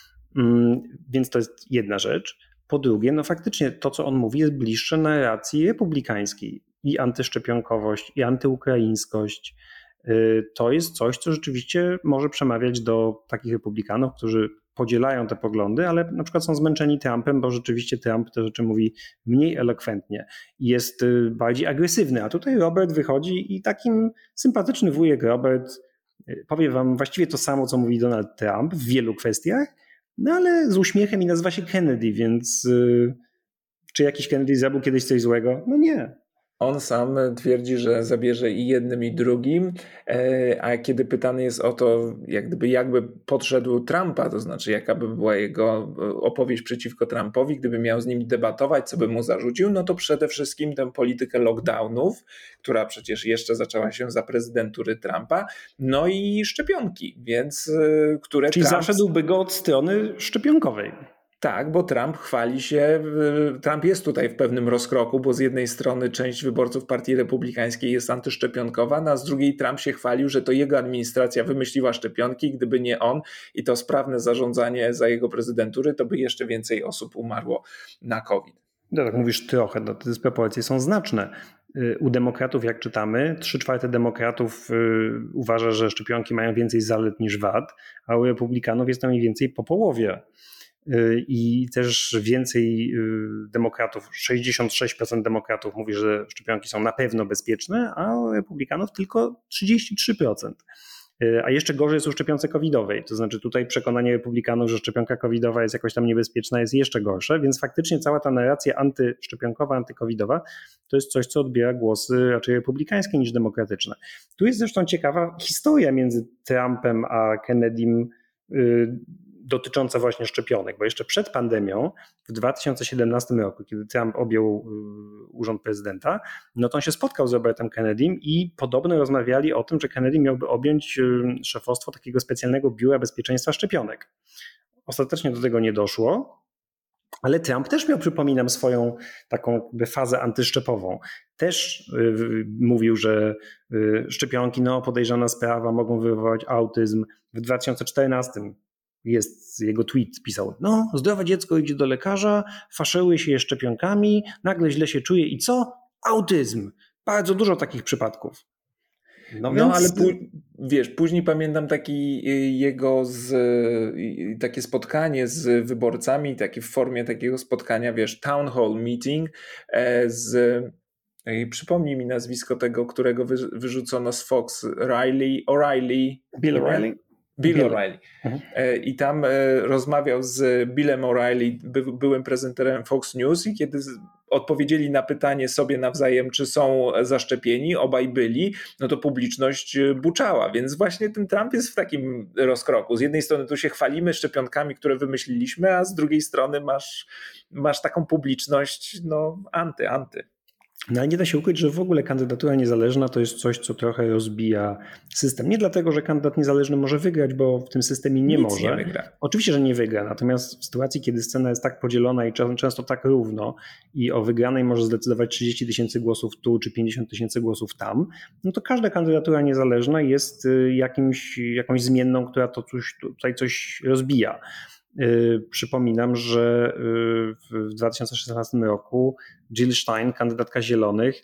więc to jest jedna rzecz. Po drugie, no faktycznie to, co on mówi, jest bliższe narracji republikańskiej. I antyszczepionkowość, i antyukraińskość. To jest coś, co rzeczywiście może przemawiać do takich republikanów, którzy podzielają te poglądy, ale na przykład są zmęczeni Trumpem, bo rzeczywiście Trump te rzeczy mówi mniej elokwentnie i jest bardziej agresywny. A tutaj Robert wychodzi i takim sympatyczny wujek Robert powie wam właściwie to samo, co mówi Donald Trump w wielu kwestiach, no ale z uśmiechem i nazywa się Kennedy, więc czy jakiś Kennedy zrobił kiedyś coś złego? No nie. On sam twierdzi, że zabierze i jednym, i drugim, a kiedy pytany jest o to, jakby podszedł Trumpa, to znaczy jaka by była jego opowieść przeciwko Trumpowi, gdyby miał z nim debatować, co by mu zarzucił, no to przede wszystkim tę politykę lockdownów, która przecież jeszcze zaczęła się za prezydentury Trumpa, no i szczepionki, więc które Czyli zaszedłby go od strony szczepionkowej. Tak, bo Trump chwali się, Trump jest tutaj w pewnym rozkroku, bo z jednej strony część wyborców Partii Republikańskiej jest antyszczepionkowa, a z drugiej Trump się chwalił, że to jego administracja wymyśliła szczepionki, gdyby nie on i to sprawne zarządzanie za jego prezydentury, to by jeszcze więcej osób umarło na COVID. No tak mówisz trochę, no te dysproporcje są znaczne. U demokratów, jak czytamy, 3/4 demokratów uważa, że szczepionki mają więcej zalet niż wad, a u republikanów jest to mniej więcej po połowie. I też więcej demokratów, 66% demokratów mówi, że szczepionki są na pewno bezpieczne, a u republikanów tylko 33%. A jeszcze gorzej jest u szczepionce covidowej, to znaczy tutaj przekonanie republikanów, że szczepionka covidowa jest jakoś tam niebezpieczna, jest jeszcze gorsze, więc faktycznie cała ta narracja antyszczepionkowa, antycovidowa to jest coś, co odbiera głosy raczej republikańskie niż demokratyczne. Tu jest zresztą ciekawa historia między Trumpem a Kennedym dotycząca właśnie szczepionek, bo jeszcze przed pandemią w 2017 roku, kiedy Trump objął urząd prezydenta, no to on się spotkał z Robertem Kennedym i podobno rozmawiali o tym, że Kennedy miałby objąć szefostwo takiego specjalnego biura bezpieczeństwa szczepionek. Ostatecznie do tego nie doszło, ale Trump też miał, przypominam, swoją taką fazę antyszczepową. Też mówił, że szczepionki, no podejrzana sprawa, mogą wywołać autyzm. W 2014 jest jego tweet, pisał, no zdrowe dziecko idzie do lekarza, faszeruje się je szczepionkami, nagle źle się czuje i co? Autyzm. Bardzo dużo takich przypadków. No ale wiesz, później pamiętam takie spotkanie z wyborcami, takie w formie takiego spotkania, wiesz, town hall meeting z Przypomnij mi nazwisko tego, którego wyrzucono z Fox. Bill O'Reilly? Bill O'Reilly. I tam rozmawiał z Billem O'Reilly, byłym prezenterem Fox News, i kiedy odpowiedzieli na pytanie sobie nawzajem, czy są zaszczepieni, obaj byli, no to publiczność buczała, więc właśnie ten Trump jest w takim rozkroku. Z jednej strony tu się chwalimy szczepionkami, które wymyśliliśmy, a z drugiej strony masz taką publiczność, no anty. No ale nie da się ukryć, że w ogóle kandydatura niezależna to jest coś, co trochę rozbija system. Nie dlatego, że kandydat niezależny może wygrać, bo w tym systemie nie może. Nie wygra. Oczywiście, że nie wygra, natomiast w sytuacji, kiedy scena jest tak podzielona i często tak równo i o wygranej może zdecydować 30 000 głosów tu czy 50 000 głosów tam, no to każda kandydatura niezależna jest jakąś zmienną, która tutaj coś rozbija. Przypominam, że w 2016 roku Jill Stein, kandydatka Zielonych,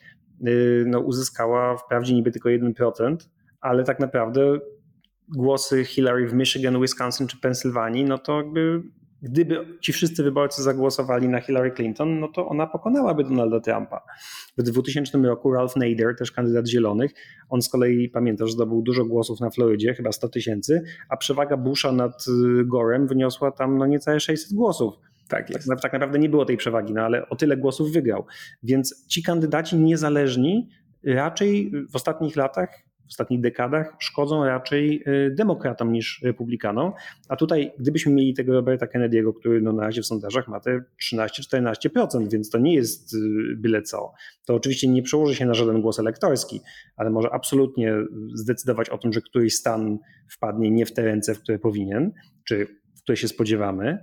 uzyskała wprawdzie niby tylko 1%, ale tak naprawdę głosy Hillary w Michigan, Wisconsin czy Pensylwanii, no to gdyby ci wszyscy wyborcy zagłosowali na Hillary Clinton, no to ona pokonałaby Donalda Trumpa. W 2000 roku Ralph Nader, też kandydat Zielonych, on z kolei, pamiętasz, zdobył dużo głosów na Florydzie, chyba 100 000, a przewaga Busha nad Gorem wyniosła tam niecałe 600 głosów. Tak jest. Tak naprawdę nie było tej przewagi, no ale o tyle głosów wygrał. Więc ci kandydaci niezależni raczej w ostatnich latach, w ostatnich dekadach szkodzą raczej demokratom niż republikanom, a tutaj gdybyśmy mieli tego Roberta Kennedy'ego, który na razie w sondażach ma te 13-14%, więc to nie jest byle co. To oczywiście nie przełoży się na żaden głos elektorski, ale może absolutnie zdecydować o tym, że któryś stan wpadnie nie w te ręce, w które powinien, czy w które się spodziewamy.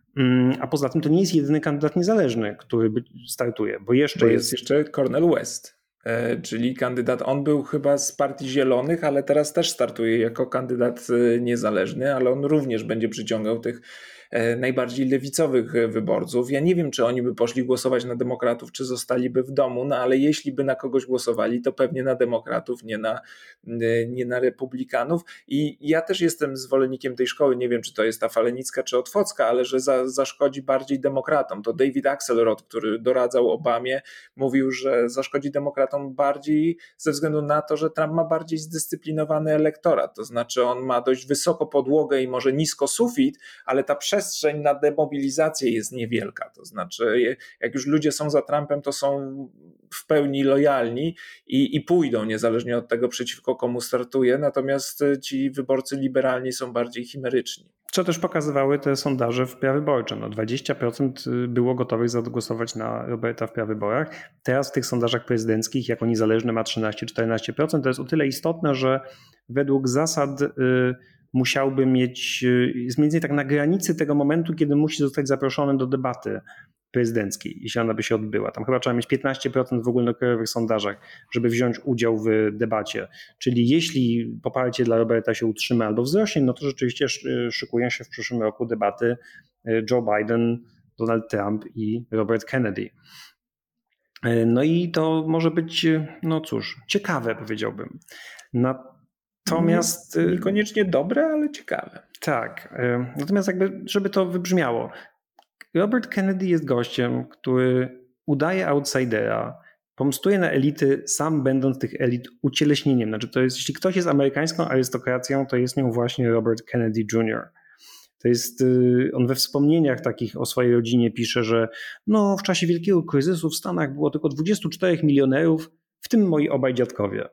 A poza tym to nie jest jedyny kandydat niezależny, który startuje, bo jest jeszcze Cornel West. Czyli kandydat, on był chyba z Partii Zielonych, ale teraz też startuje jako kandydat niezależny, ale on również będzie przyciągał tych najbardziej lewicowych wyborców. Ja nie wiem, czy oni by poszli głosować na demokratów, czy zostaliby w domu, no ale jeśli by na kogoś głosowali, to pewnie na demokratów, nie na republikanów. I ja też jestem zwolennikiem tej szkoły, nie wiem, czy to jest ta Falenicka, czy Otwocka, ale że zaszkodzi bardziej demokratom. To David Axelrod, który doradzał Obamie, mówił, że zaszkodzi demokratom bardziej ze względu na to, że Trump ma bardziej zdyscyplinowany elektorat, to znaczy on ma dość wysoko podłogę i może nisko sufit, ale ta przestrzeń na demobilizację jest niewielka, to znaczy jak już ludzie są za Trumpem, to są w pełni lojalni i pójdą niezależnie od tego, przeciwko komu startuje, natomiast ci wyborcy liberalni są bardziej chimeryczni. Co też pokazywały te sondaże w prawyborcze. 20% było gotowych zagłosować na Roberta w prawyborach. Teraz w tych sondażach prezydenckich jako niezależny ma 13-14%. To jest o tyle istotne, że według zasad musiałby mieć, jest mniej więcej tak na granicy tego momentu, kiedy musi zostać zaproszony do debaty prezydenckiej, jeśli ona by się odbyła. Tam chyba trzeba mieć 15% w ogólnokrajowych sondażach, żeby wziąć udział w debacie. Czyli jeśli poparcie dla Roberta się utrzyma albo wzrośnie, no to rzeczywiście szykują się w przyszłym roku debaty Joe Biden, Donald Trump i Robert Kennedy. No i to może być, no cóż, ciekawe, powiedziałbym. Natomiast niekoniecznie dobre, ale ciekawe. Tak. Natomiast żeby to wybrzmiało, Robert Kennedy jest gościem, który udaje outsidera, pomstuje na elity, sam będąc tych elit ucieleśnieniem. Znaczy to jest, jeśli ktoś jest amerykańską arystokracją, to jest nią właśnie Robert Kennedy Jr. To jest, on we wspomnieniach takich o swojej rodzinie pisze, że w czasie wielkiego kryzysu w Stanach było tylko 24 milionerów, w tym moi obaj dziadkowie.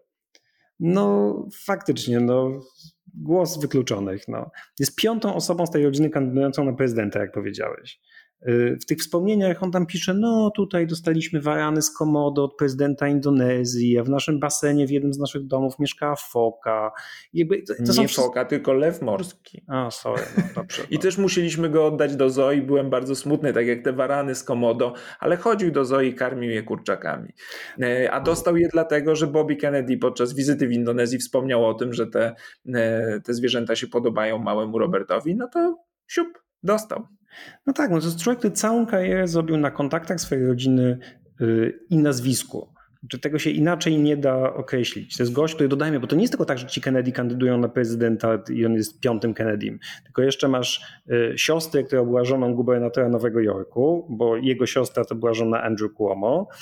Faktycznie, głos wykluczonych. Jest 5. osobą z tej rodziny kandydującą na prezydenta, jak powiedziałeś. W tych wspomnieniach on tam pisze, tutaj dostaliśmy warany z Komodo od prezydenta Indonezji, a w naszym basenie w jednym z naszych domów mieszkała foka. Nie foka, tylko lew morski. Sorry, dobrze. I też musieliśmy go oddać do zoo i byłem bardzo smutny, tak jak te warany z Komodo, ale chodził do zoo i karmił je kurczakami. A dostał je dlatego, że Bobby Kennedy podczas wizyty w Indonezji wspomniał o tym, że te zwierzęta się podobają małemu Robertowi, to dostał. Tak, to jest człowiek, który całą karierę zrobił na kontaktach swojej rodziny i nazwisku. Tego się inaczej nie da określić. To jest gość, który dodajmy, bo to nie jest tylko tak, że ci Kennedy kandydują na prezydenta i on jest 5. Kennedym, tylko jeszcze masz siostrę, która była żoną gubernatora Nowego Jorku, bo jego siostra to była żona Andrew Cuomo.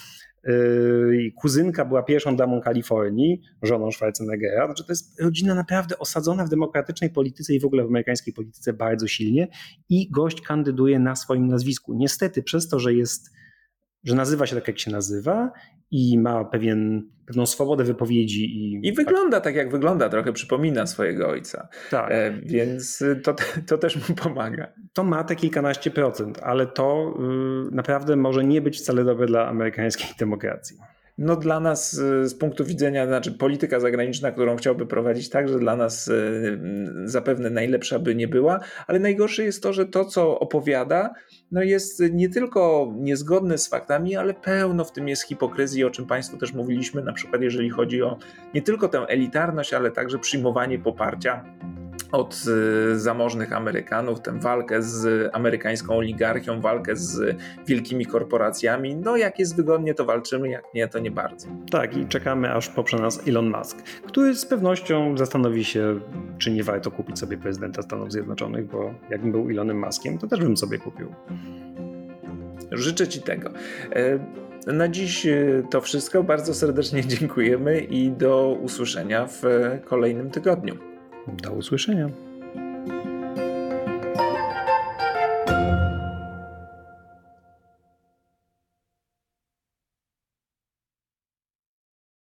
kuzynka była pierwszą damą Kalifornii, żoną Schwarzeneggera. Znaczy to jest rodzina naprawdę osadzona w demokratycznej polityce i w ogóle w amerykańskiej polityce bardzo silnie i gość kandyduje na swoim nazwisku. Niestety przez to, że nazywa się tak, jak się nazywa i ma pewną swobodę wypowiedzi. I wygląda tak, jak wygląda, trochę przypomina swojego ojca. Tak. Więc to też mu pomaga. To ma te kilkanaście procent, ale to naprawdę może nie być wcale dobre dla amerykańskiej demokracji. No dla nas z punktu widzenia, znaczy polityka zagraniczna, którą chciałby prowadzić, także dla nas zapewne najlepsza by nie była, ale najgorsze jest to, że to, co opowiada, no jest nie tylko niezgodne z faktami, ale pełno w tym jest hipokryzji, o czym Państwu też mówiliśmy, na przykład jeżeli chodzi o nie tylko tę elitarność, ale także przyjmowanie poparcia od zamożnych Amerykanów, tę walkę z amerykańską oligarchią, walkę z wielkimi korporacjami. No jak jest wygodnie, to walczymy, jak nie, to nie bardzo. Tak, i czekamy, aż poprze nas Elon Musk, który z pewnością zastanowi się, czy nie warto kupić sobie prezydenta Stanów Zjednoczonych, bo jakbym był Elonem Muskiem, to też bym sobie kupił. Życzę Ci tego. Na dziś to wszystko. Bardzo serdecznie dziękujemy i do usłyszenia w kolejnym tygodniu. Do usłyszenia.